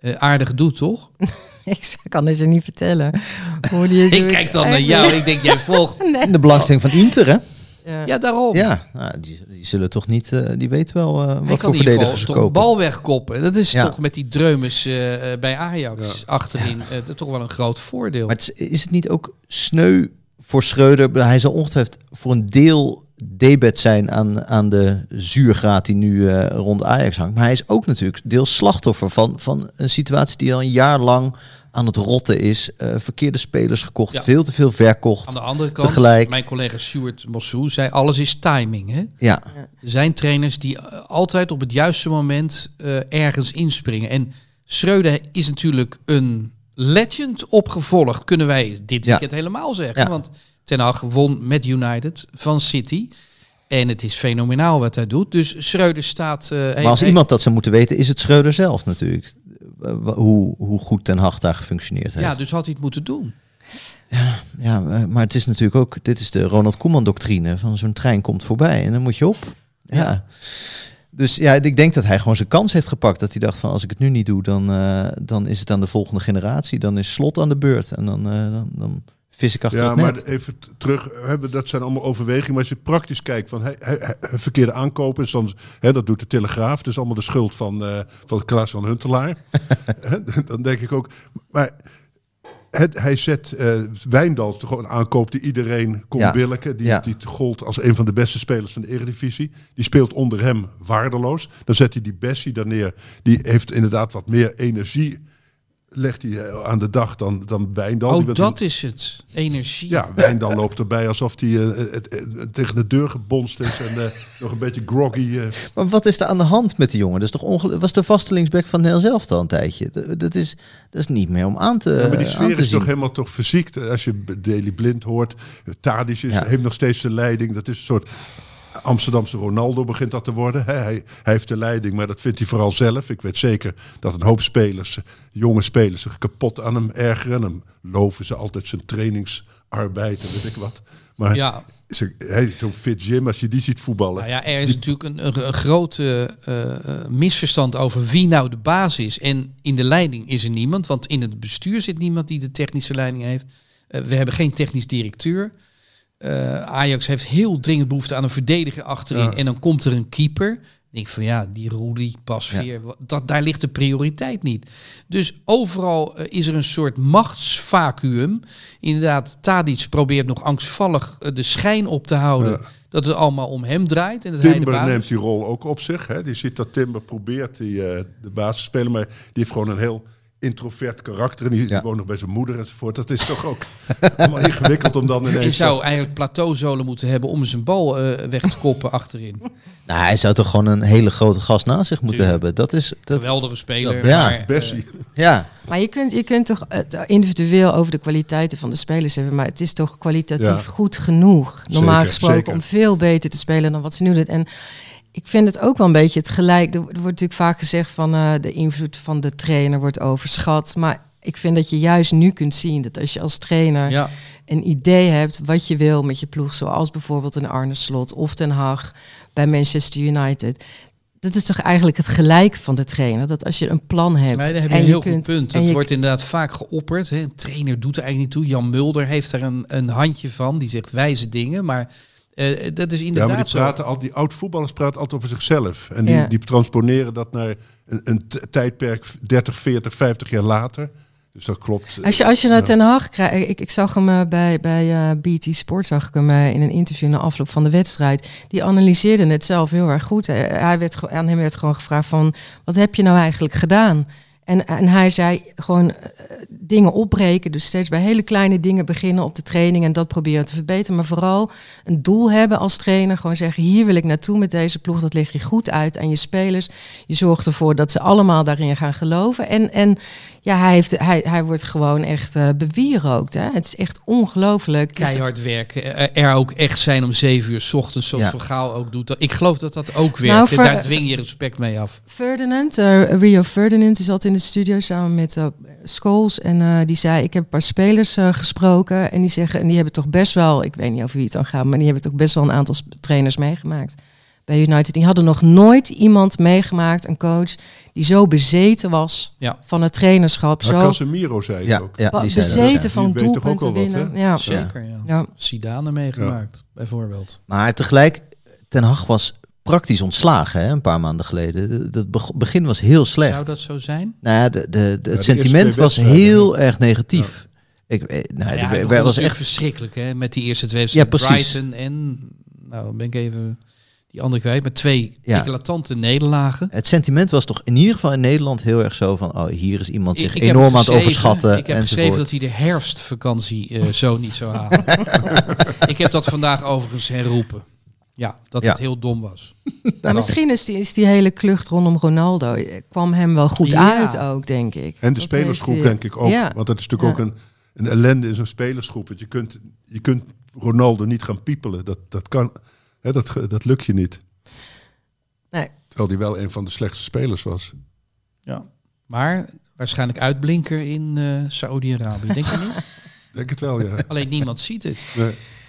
aardig doet, toch? Ik kan het je niet vertellen. Hoe die het Ik doet. kijk dan naar jou. Ik denk, jij volgt. En de belangstelling van Inter, hè? Ja. Ja, daarom. Ja, nou, die zullen toch niet... die weten wel Hij wat kan voor in ieder geval verdedigers ze toch een kopen. bal wegkoppen. Dat is Ja. toch met die Dreumes bij Ajax achterin toch wel een groot voordeel. Maar is het niet ook sneu voor Schreuder? Hij zal ongetwijfeld voor een deel debet zijn aan de zuurgraad die nu rond Ajax hangt. Maar hij is ook natuurlijk deels slachtoffer van een situatie die al een jaar lang aan het rotten is. Verkeerde spelers gekocht, Ja. veel te veel verkocht. Aan de andere kant, tegelijk. mijn collega Stuart Mossou zei, alles is timing. Hè? Ja, Er zijn trainers die altijd op het juiste moment ergens inspringen. En Schreuder is natuurlijk een legend opgevolgd, kunnen wij dit weekend helemaal zeggen. Ja. Want Ten Hag won met United van City. En het is fenomenaal wat hij doet. Dus Schreuder staat... maar als iemand dat zou moeten weten, is het Schreuder zelf natuurlijk. Hoe goed Ten Hag daar gefunctioneerd heeft. Ja, dus had hij het moeten doen. Ja, maar het is natuurlijk ook... Dit is de Ronald Koeman-doctrine. Van zo'n trein komt voorbij en dan moet je op. Ja. Dus ja, ik denk dat hij gewoon zijn kans heeft gepakt. Dat hij dacht van, als ik het nu niet doe, dan is het aan de volgende generatie. Dan is Slot aan de beurt. En dan vis ik achter Ja, het net. maar even terug, dat zijn allemaal overwegingen. Maar als je praktisch kijkt van verkeerde aankopen, soms, dat doet de Telegraaf. Dus allemaal de schuld van Klaas van Huntelaar. Dan denk ik ook, maar hij zet Wijndal toch een aankoop die iedereen kon billijken. Die gold als een van de beste spelers van de Eredivisie. Die speelt onder hem waardeloos. Dan zet hij die Bessie daar neer. Die heeft inderdaad wat meer energie. Legt hij aan de dag dan Wijndal. Oh, dat is het. Energie. Ja, Wijndal loopt erbij alsof hij tegen de deur gebonst is en nog een beetje groggy. Maar wat is er aan de hand met die jongen? Dat is toch was de vaste linksback van Nederland zelf al een tijdje. Dat is niet meer om aan te zien. Maar die sfeer is toch helemaal toch fysiek. Als je Daley Blind hoort, Tadic heeft nog steeds de leiding. Dat is een soort Amsterdamse Ronaldo begint dat te worden. Hij heeft de leiding, maar dat vindt hij vooral zelf. Ik weet zeker dat een hoop spelers, jonge spelers, zich kapot aan hem ergeren. Hem loven ze altijd zijn trainingsarbeid en weet ik wat. Maar hij is zo'n fit Jim, als je die ziet voetballen. Nou ja, er is natuurlijk een grote misverstand over wie nou de baas is. En in de leiding is er niemand, want in het bestuur zit niemand die de technische leiding heeft. We hebben geen technisch directeur. Ajax heeft heel dringend behoefte aan een verdediger achterin. En dan komt er een keeper. Dan denk ik van die Rudy, Pasveer, daar ligt de prioriteit niet. Dus overal is er een soort machtsvacuüm. Inderdaad, Tadic probeert nog angstvallig de schijn op te houden dat het allemaal om hem draait. En dat Timber neemt die rol ook op zich. Hè? Die ziet dat Timber probeert de basis te spelen, maar die heeft gewoon een heel introvert karakter en die woont nog bij zijn moeder enzovoort. Dat is toch ook allemaal ingewikkeld om dan ineens... Je zou eigenlijk plateauzolen moeten hebben om zijn bal weg te koppen achterin. Nou, hij zou toch gewoon een hele grote gast naast zich moeten hebben. Dat is geweldige speler. Maar, Bessie. Maar je kunt toch het individueel over de kwaliteiten van de spelers hebben, maar het is toch kwalitatief goed genoeg. Normaal gesproken om veel beter te spelen dan wat ze nu doen. En ik vind het ook wel een beetje het gelijk. Er wordt natuurlijk vaak gezegd van de invloed van de trainer wordt overschat. Maar ik vind dat je juist nu kunt zien dat als je als trainer een idee hebt wat je wil met je ploeg, zoals bijvoorbeeld een Arne Slot of Ten Hag bij Manchester United. Dat is toch eigenlijk het gelijk van de trainer. Dat als je een plan hebt... Nee, daar heb je een heel goed punt. Het wordt inderdaad vaak geopperd. Hè. Een trainer doet er eigenlijk niet toe. Jan Mulder heeft er een handje van. Die zegt wijze dingen, maar... dat is inderdaad die oud-voetballers praten altijd over zichzelf. En die transponeren dat naar een tijdperk 30, 40, 50 jaar later. Dus dat klopt. Als je naar Ten Hag krijgt... Ik zag hem bij BT Sport, zag ik hem in een interview na afloop van de wedstrijd. Die analyseerde het zelf heel erg goed. Aan hem werd gewoon gevraagd van, wat heb je nou eigenlijk gedaan? En hij zei gewoon dingen opbreken. Dus steeds bij hele kleine dingen beginnen op de training en dat proberen te verbeteren. Maar vooral een doel hebben als trainer. Gewoon zeggen, hier wil ik naartoe met deze ploeg. Dat leg je goed uit aan je spelers. Je zorgt ervoor dat ze allemaal daarin gaan geloven. En hij wordt gewoon echt bewierookt. Hè? Het is echt ongelooflijk. Keihard werken. Er ook echt zijn om 7 uur 's ochtends, zoals Van Gaal ook doet. Ik geloof dat dat ook werkt. Nou, daar dwing je respect mee af. Ferdinand, Rio Ferdinand is altijd in de studio samen met Scholes. En die zei, ik heb een paar spelers gesproken. En die zeggen, en die hebben toch best wel, ik weet niet over wie het dan gaat, maar die hebben toch best wel een aantal trainers meegemaakt. bij United. Die hadden nog nooit iemand meegemaakt, een coach, die zo bezeten was van het trainerschap. Maar zo Casemiro zei het ook. Ja, die zei dat, bezeten van Die weet toch ook doelpunten wel wat, winnen. hè? Ja. Zeker, ja. Zidane meegemaakt, bijvoorbeeld. Maar tegelijk, Ten Hag was praktisch ontslagen, hè, een paar maanden geleden. Het begin was heel slecht. Zou dat zo zijn? Nou ja, de het sentiment eerste was twee wedstrijden, heel erg negatief. Het was echt echt verschrikkelijk, hè? Met die eerste twee wedstrijden. Ja, precies. Brighton en, nou ben ik even die andere kwijt, met 2 Ja. eclatante nederlagen. Het sentiment was toch in ieder geval in Nederland heel erg zo van, oh, hier is iemand zich Ik heb enorm aan het geschreven- overschatten. Ik heb enzovoort. geschreven dat hij de herfstvakantie zo niet zou halen. Ik heb dat vandaag overigens herroepen. Ja, dat Ja. het heel dom was. Maar misschien is die hele klucht rondom Ronaldo kwam hem wel goed Ja. uit ook, denk ik. En de Dat spelersgroep heeft hij- denk ik ook. Ja. Want dat is natuurlijk ook een ellende in zo'n spelersgroep. Want je kunt Ronaldo niet gaan piepelen. Dat kan. Hè, dat lukt je niet. Nee. Terwijl hij wel een van de slechtste spelers was. Ja. Maar waarschijnlijk uitblinker in Saoedi-Arabië. Denk je niet? Denk het wel, ja. Alleen niemand ziet het. Nee.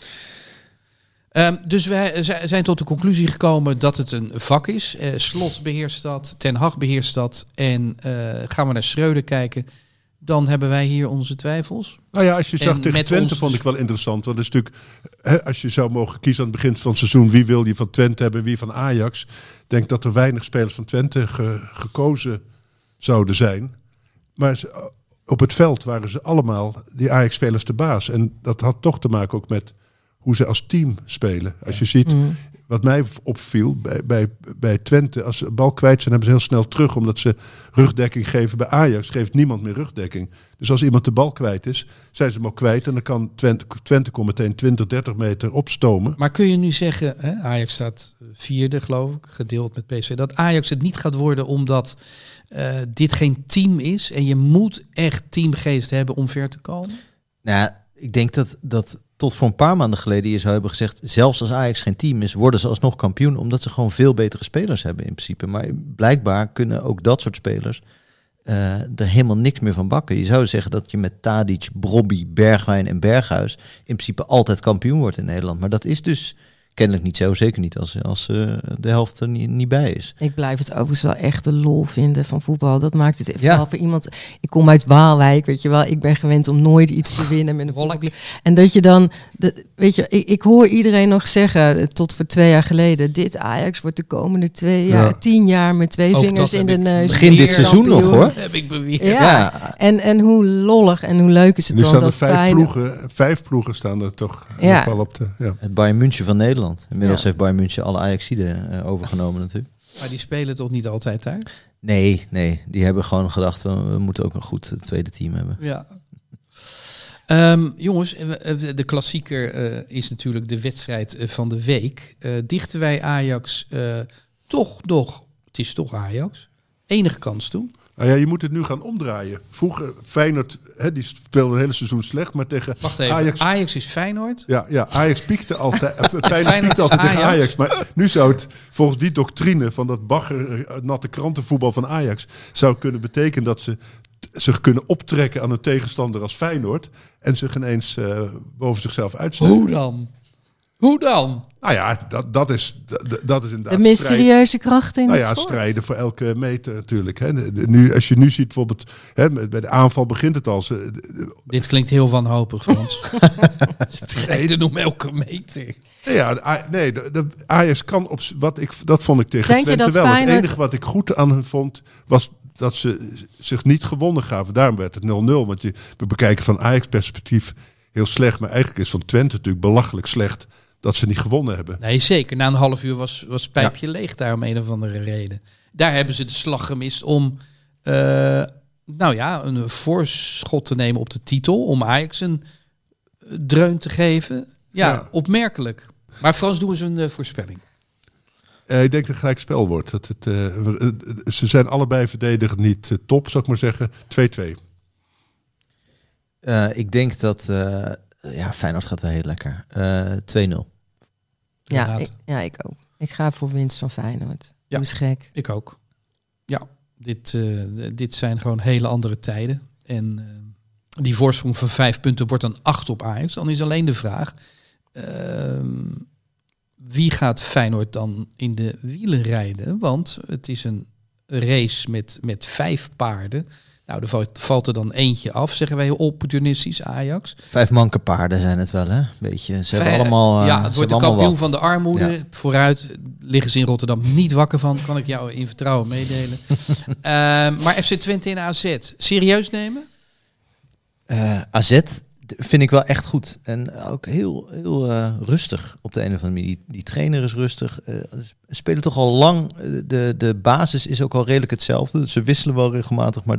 Dus wij zijn tot de conclusie gekomen dat het een vak is. Slot beheerst dat, Ten Hag beheerst dat. En gaan we naar Schreuder kijken, dan hebben wij hier onze twijfels. Nou ja, als je zag En tegen met Twente ons- vond ik wel interessant. Want het is natuurlijk, als je zou mogen kiezen aan het begin van het seizoen, wie wil je van Twente hebben, wie van Ajax. Ik denk dat er weinig spelers van Twente gekozen zouden zijn. Maar op het veld waren ze allemaal, die Ajax-spelers, de baas. En dat had toch te maken ook met hoe ze als team spelen. Als je ziet, wat mij opviel bij Twente, als ze een bal kwijt zijn, hebben ze heel snel terug, omdat ze rugdekking geven. Bij Ajax geeft niemand meer rugdekking. Dus als iemand de bal kwijt is, zijn ze hem ook kwijt. En dan kan Twente kon meteen 20, 30 meter opstomen. Maar kun je nu zeggen, hè, Ajax staat 4e geloof ik, gedeeld met PSV, dat Ajax het niet gaat worden omdat dit geen team is en je moet echt teamgeest hebben om ver te komen? Nou, ik denk dat tot voor een paar maanden geleden je zou hebben gezegd, zelfs als Ajax geen team is, worden ze alsnog kampioen, omdat ze gewoon veel betere spelers hebben in principe. Maar blijkbaar kunnen ook dat soort spelers er helemaal niks meer van bakken. Je zou zeggen dat je met Tadic, Brobby, Bergwijn en Berghuis in principe altijd kampioen wordt in Nederland. Maar dat is dus kennelijk niet zo, zeker niet als de helft er niet bij is. Ik blijf het overigens wel echt de lol vinden van voetbal. Dat maakt het Ja. vooral voor iemand. Ik kom uit Waalwijk, weet je wel. Ik ben gewend om nooit iets te winnen met een voetbalclub. En dat je dan, weet je, ik hoor iedereen nog zeggen tot voor 2 jaar geleden, dit Ajax wordt de komende 2 jaar, 10 jaar met 2 Ook vingers dat in heb de ik neus. Begin dit seizoen nog, hoor. Heb ik beweerd. Ja. En hoe lollig en hoe leuk is het Nu dan staan er dat 5 Feyenoord- ploegen. 5 ploegen staan er toch Ja. nog wel op de. Ja. Het Bayern München van Nederland. Inmiddels Ja. heeft Bayern München alle Ajaxiden overgenomen natuurlijk. Maar die spelen toch niet altijd daar? Nee, die hebben gewoon gedacht, we moeten ook een goed tweede team hebben. Ja. Jongens, de klassieker is natuurlijk de wedstrijd van de week. Dichten wij Ajax toch nog, het is toch Ajax, enige kans toe? Nou ja, je moet het nu gaan omdraaien. Vroeger, Feyenoord, die speelde een hele seizoen slecht, maar tegen Wacht even, Ajax is Feyenoord? Ja, Ajax piekte altijd. Feyenoord Feyenoord piekte is altijd tegen Ajax. Ajax. Maar nu zou het volgens die doctrine van dat bagger natte krantenvoetbal van Ajax zou kunnen betekenen dat ze zich kunnen optrekken aan een tegenstander als Feyenoord en zich ineens boven zichzelf uitsteken. Hoe dan? Nou ja, dat is inderdaad de mysterieuze kracht in Nou het ja, sport. strijden voor elke meter natuurlijk. Hè. Nu, als je nu ziet bijvoorbeeld, bij de aanval begint het al. Dit klinkt heel wanhopig, Frans. Strijden om elke meter. De Ajax kan op dat vond ik tegen Denk je Twente dat wel. Feyenoord- Het enige wat ik goed aan hen vond was dat ze zich niet gewonnen gaven. Daarom werd het 0-0. Want we bekijken van Ajax perspectief heel slecht, maar eigenlijk is van Twente natuurlijk belachelijk slecht dat ze niet gewonnen hebben. Nee, zeker. Na een half uur was het pijpje leeg daar om een of andere reden. Daar hebben ze de slag gemist om een voorschot te nemen op de titel. Om Ajax een dreun te geven. Ja, opmerkelijk. Maar Frans, doe eens een voorspelling. Ik denk dat het gelijk spel wordt. Ze zijn allebei verdedigend niet top, zou ik maar zeggen. 2-2. Ik denk dat Feyenoord gaat wel heel lekker. 2-0. Ik ook. Ik ga voor winst van Feyenoord. Ja. Hoe is gek. Ik ook. Ja, dit zijn gewoon hele andere tijden. En die voorsprong van 5 punten wordt dan 8 op Ajax. Dan is alleen de vraag, wie gaat Feyenoord dan in de wielen rijden? Want het is een race met 5 paarden. Nou, er valt er dan eentje af, zeggen wij opportunistisch, Ajax. 5 manke paarden zijn het wel, hè? Beetje. Ze hebben allemaal. Het wordt de kampioen van de armoede. Ja. Vooruit liggen ze in Rotterdam niet wakker van. Kan ik jou in vertrouwen meedelen. Maar FC Twente en AZ, serieus nemen? AZ vind ik wel echt goed. En ook heel rustig op de een of andere manier. Die trainer is rustig. Spelen toch al lang. De basis is ook al redelijk hetzelfde. Ze wisselen wel regelmatig, maar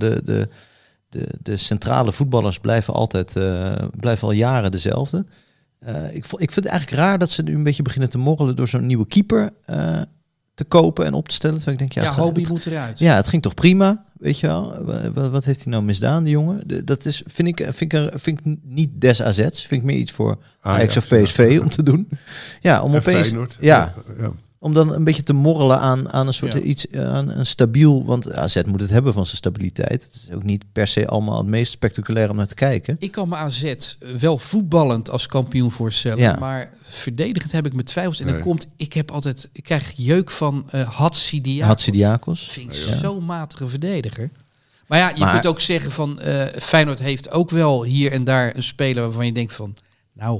de centrale voetballers blijven al jaren dezelfde. Ik vind het eigenlijk raar dat ze nu een beetje beginnen te morrelen door zo'n nieuwe keeper te kopen en op te stellen. Terwijl ik denk, Hobby moet eruit. Ja, het ging toch prima, weet je wel. Wat heeft hij nou misdaan, die jongen? Dat is, vind ik niet des AZ's. Vind ik meer iets voor Ajax of PSV om te doen. Ja, om opeens... Feyenoord. Ja. Om dan een beetje te morrelen aan een soort iets, aan een stabiel... Want AZ moet het hebben van zijn stabiliteit. Het is ook niet per se allemaal het meest spectaculair om naar te kijken. Ik kan me AZ wel voetballend als kampioen voorstellen. Ja. Maar verdedigend heb ik mijn twijfels. En dan komt, ik krijg jeuk van Hatsidiakos. Vind ik zo'n matige verdediger. Maar ja, je kunt ook zeggen van... Feyenoord heeft ook wel hier en daar een speler waarvan je denkt van... Nou...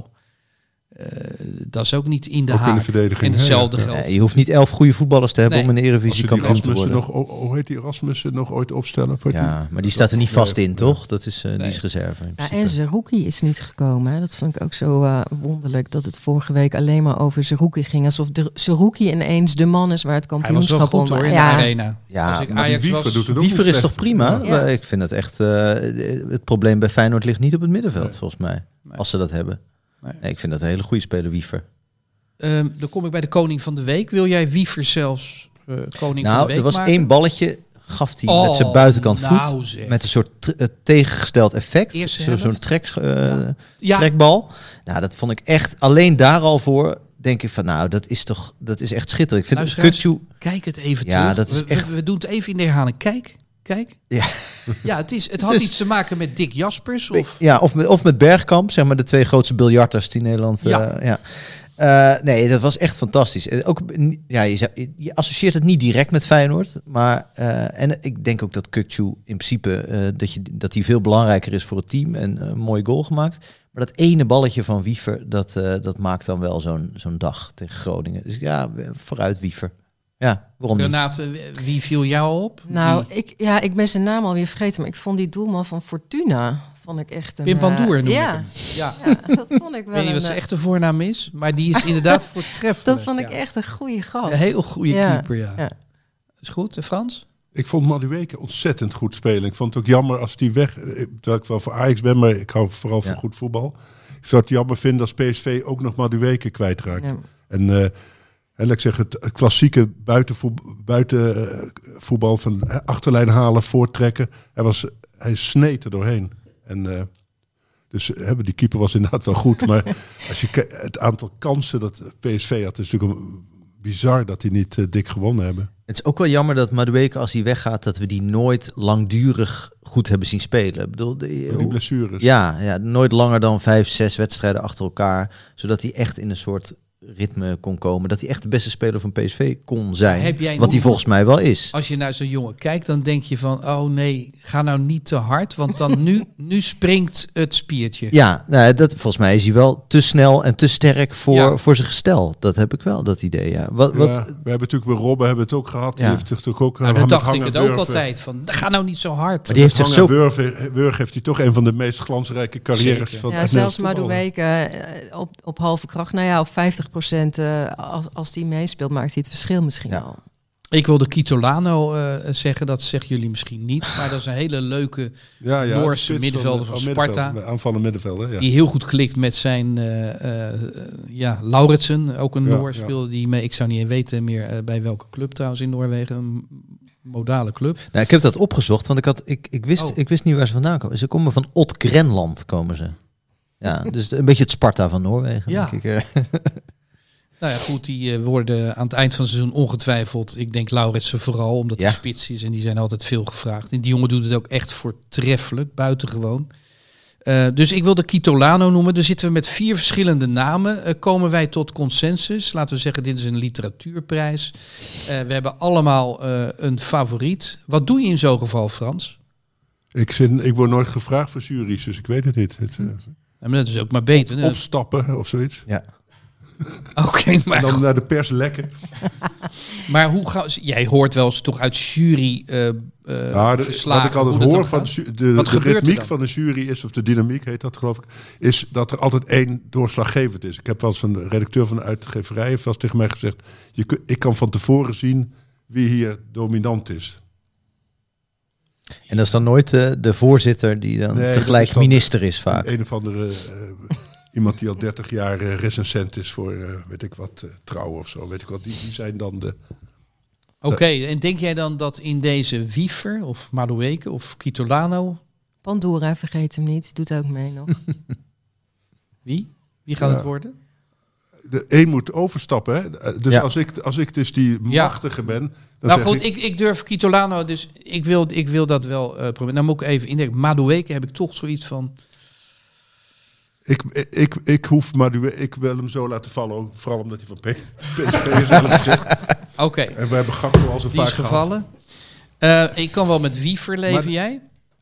dat is ook niet in de haak. In de verdediging. En hetzelfde geldt. Nee, je hoeft niet 11 goede voetballers te hebben om in de Eredivisie kampioen te worden. Hoe heet die Rasmussen nog ooit opstellen? Maar die staat er niet vast in, toch? Dat is die is reserve. Ja, en Zerouki is niet gekomen. Hè? Dat vond ik ook zo wonderlijk. Dat het vorige week alleen maar over Zerouki ging. Alsof Zerouki ineens de man is waar het kampioenschap om... Hij was wel goed hoor, in de arena. Ja, als ik Ajax Wiever is toch prima? Ja. Ik vind het echt... het probleem bij Feyenoord ligt niet op het middenveld, volgens mij. Nee. Als ze dat hebben. Nee, ik vind dat een hele goede speler, Wiever. Dan kom ik bij de koning van de week. Wil jij Wiever zelfs koning van de week er was maken? 1 balletje, gaf hij met zijn buitenkant voet. Met een soort tegengesteld effect. Zo'n trekbal. Nou, dat vond ik echt, alleen daar al voor... denk ik van, dat is echt schitterend. Ik vind Kutsu... Kijk het even terug. Dat is echt... we doen het even in de herhaling. Kijk. Ja, het had iets te maken met Dick Jaspers. Of met Bergkamp, zeg maar de 2 grootste biljarters die Nederland... nee, dat was echt fantastisch. Ook, je associeert het niet direct met Feyenoord. Maar en ik denk ook dat Kukçu in principe... dat hij veel belangrijker is voor het team. En een mooie goal gemaakt. Maar dat ene balletje van Wiever... dat maakt dan wel zo'n dag tegen Groningen. Dus vooruit Wiever. Ja, waarom niet? Renate, wie viel jou op? Nou, ik ben zijn naam alweer vergeten, maar ik vond die doelman van Fortuna, vond ik echt een... Pim Pandoer noem ik hem. Ja, dat vond ik wel. Ik weet niet wat zijn echte voornaam is, maar die is inderdaad voortreffelijk. Dat vond ik echt een goede gast. Een heel goede keeper, ja. Is goed, Frans? Ik vond Madueke ontzettend goed spelen. Ik vond het ook jammer als die weg... Terwijl ik wel voor Ajax ben, maar ik hou vooral van goed voetbal. Ik zou het jammer vinden als PSV ook nog Madueke kwijtraakt. Ja. En laat ik zeggen, het klassieke buitenvoetbal van achterlijn halen, voortrekken. Hij sneed er doorheen. En dus die keeper was inderdaad wel goed. Maar als je het aantal kansen dat PSV had, is natuurlijk bizar dat die niet dik gewonnen hebben. Het is ook wel jammer dat Madueke, als hij weggaat, dat we die nooit langdurig goed hebben zien spelen. Ik bedoel, die blessures. Ja, nooit langer dan 5, 6 wedstrijden achter elkaar. Zodat hij echt in een soort ritme kon komen. Dat hij echt de beste speler van PSV kon zijn. Wat hij volgens mij wel is. Als je naar zo'n jongen kijkt, dan denk je van... oh nee, ga nou niet te hard. Want dan nu springt het spiertje. Ja, volgens mij is hij wel te snel en te sterk voor zijn gestel. Dat heb ik wel, dat idee. Ja. We hebben natuurlijk bij Robben het ook gehad. Die heeft toch ook... dat dacht ik het ook altijd. Van, ga nou niet zo hard. Maar die heeft zich zo... Burg heeft hij toch een van de meest glansrijke carrières van het zelfs Madueke op halve kracht. Op 50%. Als die meespeelt, maakt hij het verschil misschien al. Ik wilde Kitolano zeggen, dat zeggen jullie misschien niet. Maar dat is een hele leuke Noorse middenvelder van Sparta. Aanvallende middenvelder, ja. Die heel goed klikt met zijn Lauritsen. Ook een Noor speelde die mee. Ik zou niet weten meer bij welke club trouwens in Noorwegen. Een modale club. Nou, ik heb dat opgezocht, want ik wist niet waar ze vandaan komen. Ze komen van Odd-Grenland, komen ze. Ja, dus een beetje het Sparta van Noorwegen, denk ik. Nou ja, goed, die worden aan het eind van het seizoen ongetwijfeld... Ik denk Lauritsen vooral, omdat hij spits is en die zijn altijd veel gevraagd. En die jongen doet het ook echt voortreffelijk, buitengewoon. Dus ik wilde Kitolano noemen. Dus zitten we met 4 verschillende namen. Komen wij tot consensus. Laten we zeggen, dit is een literatuurprijs. We hebben allemaal een favoriet. Wat doe je in zo'n geval, Frans? Ik word nooit gevraagd voor jury's, dus ik weet het niet. Ja, maar dat is ook maar beter. Opstappen of zoiets. Ja. Oké, maar En dan naar de pers lekken. Maar jij hoort wel eens toch uit jury verslagen. Wat ik altijd hoe dat hoor dan van gaat? de Wat gebeurt er ritmiek dan? van de jury is, of de dynamiek heet dat geloof ik, is dat er altijd 1 doorslaggevend is. Ik heb wel eens een redacteur van de uitgeverij heeft wel eens tegen mij gezegd, ik kan van tevoren zien wie hier dominant is. En dat is dan nooit de voorzitter die dan Nee, tegelijk dat is dan minister is vaak. Een of andere iemand die al 30 jaar recensent is voor weet ik wat, Trouw of zo. Weet ik wat. Die zijn dan de... Oké, en denk jij dan dat in deze Wiever of Madueke of Kitolano... Pandora, vergeet hem niet. Doet ook mee nog. Wie gaat het worden? De een moet overstappen. Hè? Dus Ja. als ik dus die Ja. machtige ben... Dan Nou zeg goed, ik durf Kitolano, dus ik wil dat wel proberen. Dan moet ik even indenken. Madueke heb ik toch zoiets van... Ik hoef Madueke, ik wil hem zo laten vallen. Ook, vooral omdat hij van PSV is. eerlijk gezegd. Oké, En we hebben Gakpo al zo die vaak is gehad. gevallen. Ik kan wel met Wiever leven, Maar- jij?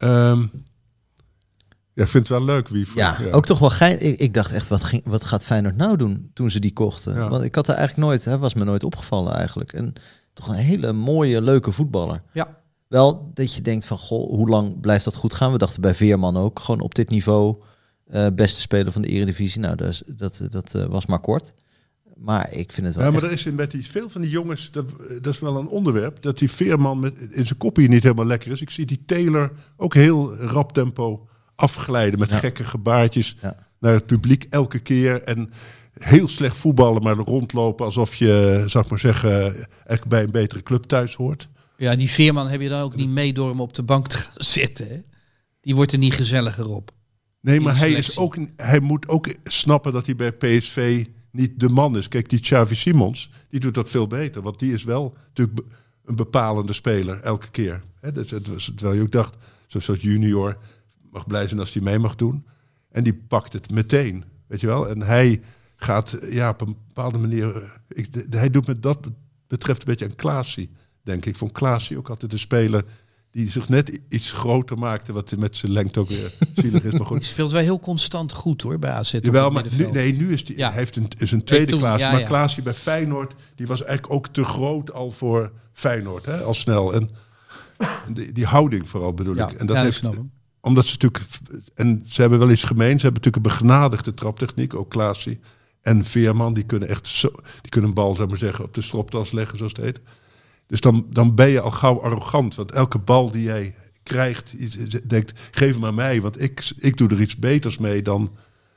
Ja, ik vind het wel leuk wie. Ja, ook toch wel gein. Ik dacht echt, wat gaat Feyenoord nou doen toen ze die kochten? Ja. Want ik had er eigenlijk nooit, was me nooit opgevallen eigenlijk. En toch een hele mooie, leuke voetballer. Ja. Wel dat je denkt van, goh, hoe lang blijft dat goed gaan? We dachten bij Veerman ook, gewoon op dit niveau beste speler van de Eredivisie. Nou, dat was maar kort. Maar ik vind het wel Ja, maar echt- er is met veel van die jongens, dat is wel een onderwerp, dat die Veerman in zijn kopie niet helemaal lekker is. Ik zie die Taylor ook heel rap tempo afglijden met gekke gebaartjes naar het publiek elke keer. En heel slecht voetballen, maar rondlopen alsof je, zou ik maar zeggen, eigenlijk bij een betere club thuis hoort. Ja, die Veerman heb je dan ook niet mee door hem op de bank te gaan zitten. Hè? Die wordt er niet gezelliger op. Nee, In maar de hij selectie. moet ook snappen dat hij bij PSV niet de man is. Kijk, die Xavi Simons, die doet dat veel beter. Want die is wel natuurlijk een bepalende speler elke keer. Hè, dus terwijl je ook dacht, zo'n soort junior mag blij zijn als hij mee mag doen. En die pakt het meteen, weet je wel. En hij gaat op een bepaalde manier... hij doet met dat betreft een beetje aan Klaasie, denk ik. Ik vond Klaasie ook altijd een speler die zich net iets groter maakte, wat met zijn lengte ook weer zielig is. Maar goed. Die speelt wel heel constant goed hoor, bij AZ. op Jawel, het maar nu, middenveld. nu is hij Ja. hij heeft een tweede toen, Klaasie. ja, Maar ja. Klaasie bij Feyenoord, die was eigenlijk ook te groot al voor Feyenoord, hè, al snel. En die houding vooral bedoel Ja, ik. En dat ja, ik heeft, snap hem. omdat ze natuurlijk, en ze hebben wel iets gemeen, ze hebben natuurlijk een begnadigde traptechniek, ook Klaasie en Veerman, die kunnen echt zo, die kunnen een bal, zou ik maar zeggen, op de stropdas leggen, zoals het heet. Dus dan ben je al gauw arrogant, want elke bal die jij krijgt, je denkt, geef hem aan mij, want ik doe er iets beters mee dan...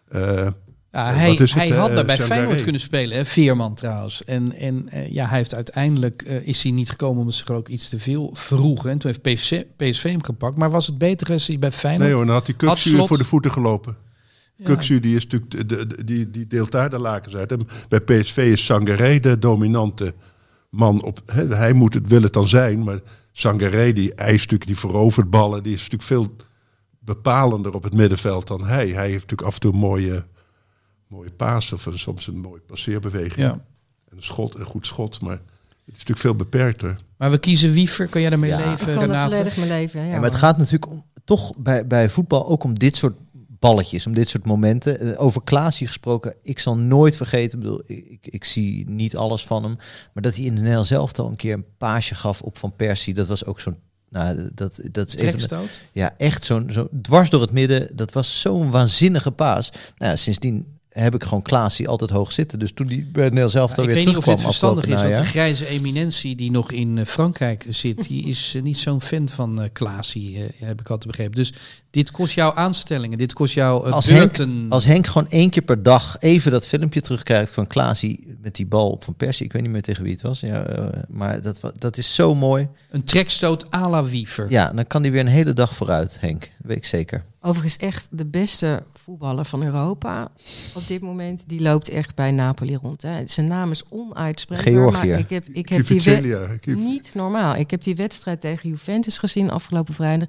Ja, wat is het, hij had daar bij Sangaré? Feyenoord kunnen spelen, hè? Veerman trouwens. En hij heeft uiteindelijk is hij niet gekomen omdat ze er ook iets te veel vroegen. En toen heeft PSV hem gepakt. Maar was het beter als hij bij Feyenoord... Nee hoor, dan had die Kuksu Slot- voor de voeten gelopen. Ja. Kuksu die is natuurlijk die deelt daar de lakens uit. En bij PSV is Sangaré de dominante man op. Hij wil het dan zijn, maar Sangaré die eist natuurlijk die verovert ballen, die is natuurlijk veel bepalender op het middenveld dan hij. Hij heeft natuurlijk af en toe een mooie paas of soms een mooie passeerbeweging. Ja. En een goed schot, maar het is natuurlijk veel beperkter. Maar we kiezen Wiever. Kan jij daarmee Ja. Ik leven, kan er Renate? volledig mijn leven. Ja, Ja, maar het hoor. gaat natuurlijk toch bij voetbal ook om dit soort balletjes, om dit soort momenten. Over Klaasie gesproken, ik zal nooit vergeten, bedoel, ik zie niet alles van hem, maar dat hij in de Nederlands elftal een keer een paasje gaf op Van Persie, dat was ook zo'n, nou, dat is even, Trekstoot? ja, echt zo'n dwars door het midden, dat was zo'n waanzinnige paas. Nou, ja, sindsdien heb ik gewoon Klaasie altijd hoog zitten. Dus toen die bij het Nederlands elftal Ik weer weet niet of terugkwam dit verstandig is, afgelopen want de najaar. grijze eminentie die nog in Frankrijk zit, die is niet zo'n fan van Klaasie, heb ik altijd begrepen. Dus dit kost jou aanstellingen, dit kost jou beurten. Als Henk gewoon 1 keer per dag even dat filmpje terugkrijgt van Klaasie met die bal op Van Persie, ik weet niet meer tegen wie het was, maar dat is zo mooi. Een trekstoot à la Wiever. Ja, dan kan hij weer een hele dag vooruit, Henk. Dat weet ik zeker. Overigens echt de beste voetballer van Europa op dit moment. Die loopt echt bij Napoli rond. Hè. Zijn naam is onuitspreekbaar. Georgië. Maar ik heb die Kvaratskhelia, niet normaal. Ik heb die wedstrijd tegen Juventus gezien afgelopen vrijdag.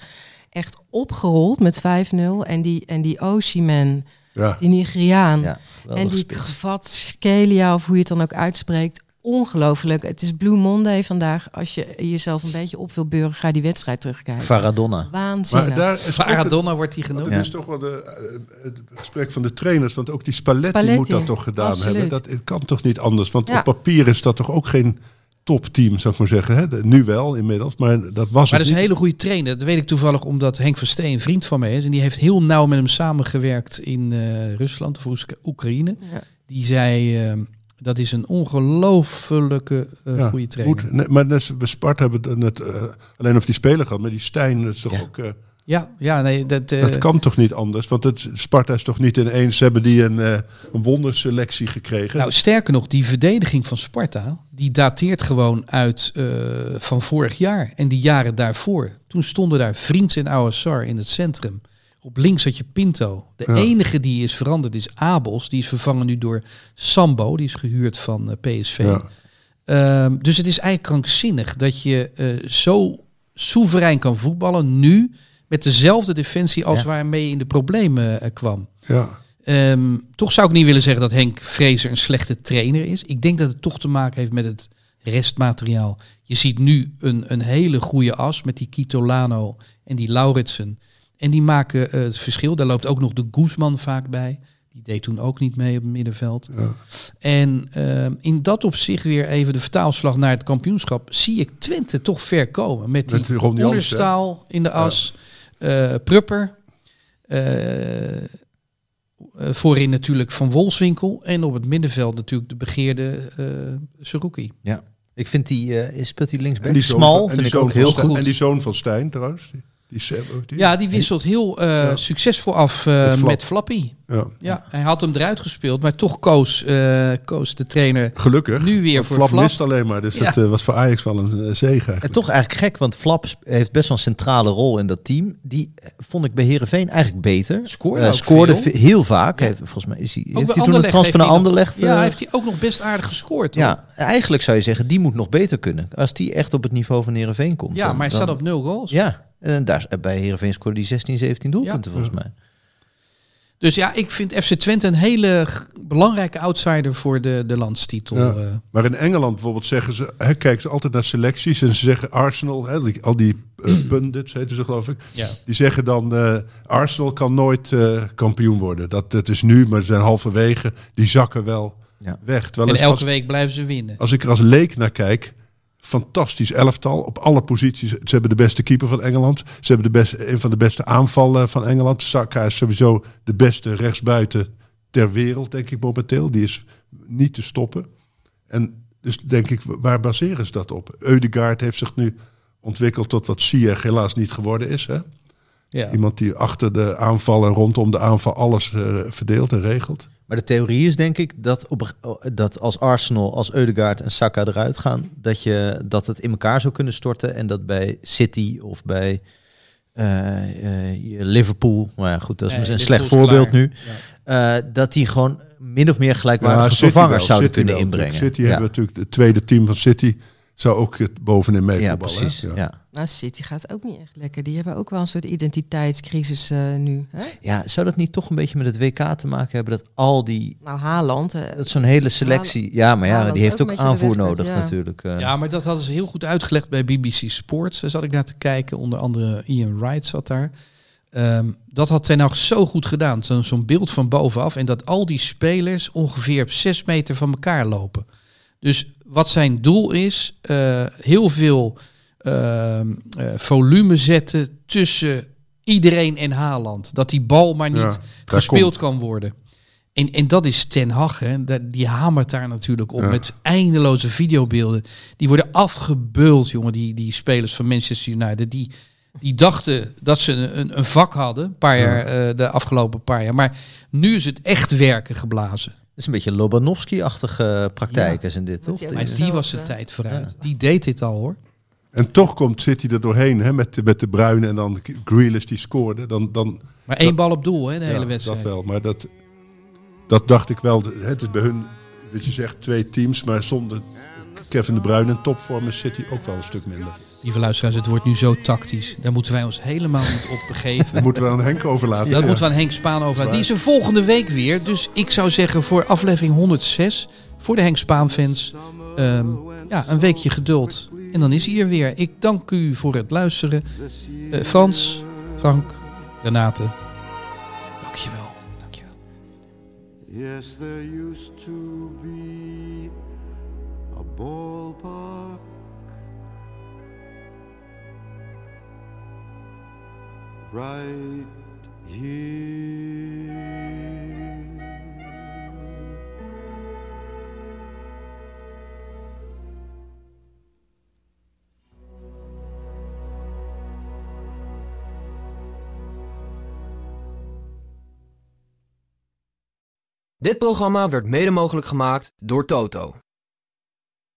echt opgerold met 5-0. En die Osimhen, Ja. die Nigeriaan. Ja, En die Kvaratskhelia, of hoe je het dan ook uitspreekt. Ongelooflijk. Het is Blue Monday vandaag. Als je jezelf een beetje op wil beuren, ga die wedstrijd terugkijken. Maradona. Waanzinnig. Maar daar is Maradona wordt hij genoemd. Het is toch wel het gesprek van de trainers. Want ook die Spalletti moet dat toch gedaan absoluut. hebben. Het kan toch niet anders. Want Ja. op papier is dat toch ook geen topteam, zou ik maar zeggen. Hè? Nu wel, inmiddels. Maar dat was Maar het dat is een niet. hele goede trainer. Dat weet ik toevallig omdat Henk Versteen een vriend van mij is. En die heeft heel nauw met hem samengewerkt in Rusland of Oekraïne. Ja. Die zei, dat is een ongelofelijke goede trainer. Goed. Nee, maar net bij Sparta hebben we het net alleen over die speler gehad. Maar die Stijn, dat is toch ook... Ja, nee, dat kan toch niet anders? Want Sparta is toch niet ineens... Hebben die een wonderselectie gekregen? Nou, sterker nog, die verdediging van Sparta, die dateert gewoon uit van vorig jaar en die jaren daarvoor. Toen stonden daar Vriends en Ouassar in het centrum. Op links had je Pinto. De enige die is veranderd is Abels. Die is vervangen nu door Sambo. Die is gehuurd van PSV. Ja. Dus het is eigenlijk krankzinnig dat je zo soeverein kan voetballen nu met dezelfde defensie als waarmee je in de problemen kwam. Ja. Toch zou ik niet willen zeggen dat Henk Vrezer een slechte trainer is. Ik denk dat het toch te maken heeft met het restmateriaal. Je ziet nu een hele goede as met die Kitolano en die Lauritsen. En die maken het verschil. Daar loopt ook nog de Guzman vaak bij. Die deed toen ook niet mee op het middenveld. Ja. En in dat opzicht weer even de vertaalslag naar het kampioenschap. Zie ik Twente toch ver komen. Met die Ron Jans, Oenerstaal in de as. Prupper. Voorin natuurlijk Van Wolfswinkel. En op het middenveld natuurlijk de begeerde Seruki. Ja. Ik vind speelt die linksback En die zoon smal, van- en vind die ik ook zoon van heel Stijn- goed. En die zoon van Stijn trouwens. Ja, die wisselt heel succesvol af met Flappy. Ja. Ja, hij had hem eruit gespeeld, maar toch koos de trainer Gelukkig. nu weer Want voor Flap Flap. mist alleen maar. Dus Ja. dat was voor Ajax wel een zege En eigenlijk. toch eigenlijk gek, want Flap heeft best wel een centrale rol in dat team. Die vond ik bij Heerenveen eigenlijk beter. Scoorde ook veel. heel vaak. Ja. Volgens mij heeft Ook hij bij toen een Anderlecht transfer naar heeft hij Anderlecht. nog- Ja, heeft hij ook nog best aardig gescoord. Hoor. Ja, eigenlijk zou je zeggen, die moet nog beter kunnen. Als die echt op het niveau van Heerenveen komt. Ja, dan- maar hij dan- staat op 0 goals. Ja, en daar, bij Heerenveen scoorde die 16, 17 doelpunten volgens mij. Dus ja, ik vind FC Twente een hele belangrijke outsider voor de landstitel. Ja. Maar in Engeland bijvoorbeeld zeggen ze, kijken ze altijd naar selecties en ze zeggen Arsenal, al die pundits heten ze geloof ik, die zeggen dan Arsenal kan nooit kampioen worden. Dat is nu, maar ze zijn halverwege, die zakken wel weg. Terwijl En elke week blijven ze winnen. Als ik er als leek naar kijk, fantastisch elftal op alle posities. Ze hebben de beste keeper van Engeland. Ze hebben een van de beste aanvallen van Engeland. Saka is sowieso de beste rechtsbuiten ter wereld, denk ik momenteel. Die is niet te stoppen. En dus denk ik, waar baseren ze dat op? Ødegaard heeft zich nu ontwikkeld tot wat Ziyech helaas niet geworden is. Hè? Ja. Iemand die achter de aanval en rondom de aanval alles verdeelt en regelt. Maar de theorie is denk ik dat als Arsenal, als Ødegaard en Saka eruit gaan, dat het in elkaar zou kunnen storten. En dat bij City of bij Liverpool, maar ja, goed, dat is misschien een slecht voorbeeld nu. Ja. Dat die gewoon min of meer gelijkwaardige vervangers zouden kunnen inbrengen. City hebben natuurlijk het tweede team van City. Zou ook het bovenin mee voetballen. Ja, precies. Ja. Nou, City gaat ook niet echt lekker. Die hebben ook wel een soort identiteitscrisis nu. Hè? Ja, zou dat niet toch een beetje met het WK te maken hebben? Dat al die... Nou, Haaland. Dat zo'n hele selectie... Ja, maar ja, Haaland die heeft ook aanvoer nodig ja. natuurlijk. Ja, maar dat hadden ze heel goed uitgelegd bij BBC Sports. Daar zat ik naar te kijken. Onder andere Ian Wright zat daar. Dat had Ten Hag zo goed gedaan. Zo'n beeld van bovenaf. En dat al die spelers ongeveer op 6 meter van elkaar lopen. Dus wat zijn doel is, heel veel volume zetten tussen iedereen en Haaland. Dat die bal maar niet gespeeld kan worden. En dat is Ten Hag, hè. Die hamert daar natuurlijk op met eindeloze videobeelden. Die worden afgebeuld, jongen, die spelers van Manchester United. Die dachten dat ze een vak hadden, de afgelopen paar jaar. Maar nu is het echt werken geblazen. Het is een beetje Lobanovski-achtige praktijken in dit, toch? Maar die was de tijd vooruit. Die deed dit al, hoor. En toch komt City er doorheen, hè, met de Bruyne en dan Grealish die scoorde. Dan, maar 1 bal op doel, hè, de hele wedstrijd. Dat wel, maar dat dacht ik wel. Het is bij hun, wat je zegt, 2 teams, maar zonder Kevin De Bruyne in topvorm is, City ook wel een stuk minder. Lieve luisteraars, het wordt nu zo tactisch. Daar moeten wij ons helemaal niet op begeven. Dat moeten we aan Henk overlaten. Dat moeten we aan Henk Spaan overlaten. Die is er volgende week weer. Dus ik zou zeggen voor aflevering 106, voor de Henk Spaan fans, een weekje geduld. En dan is hij er weer. Ik dank u voor het luisteren. Frans, Frank, Renate, dankjewel. Yes, there used to be a ballpark right here. Dit programma werd mede mogelijk gemaakt door Toto.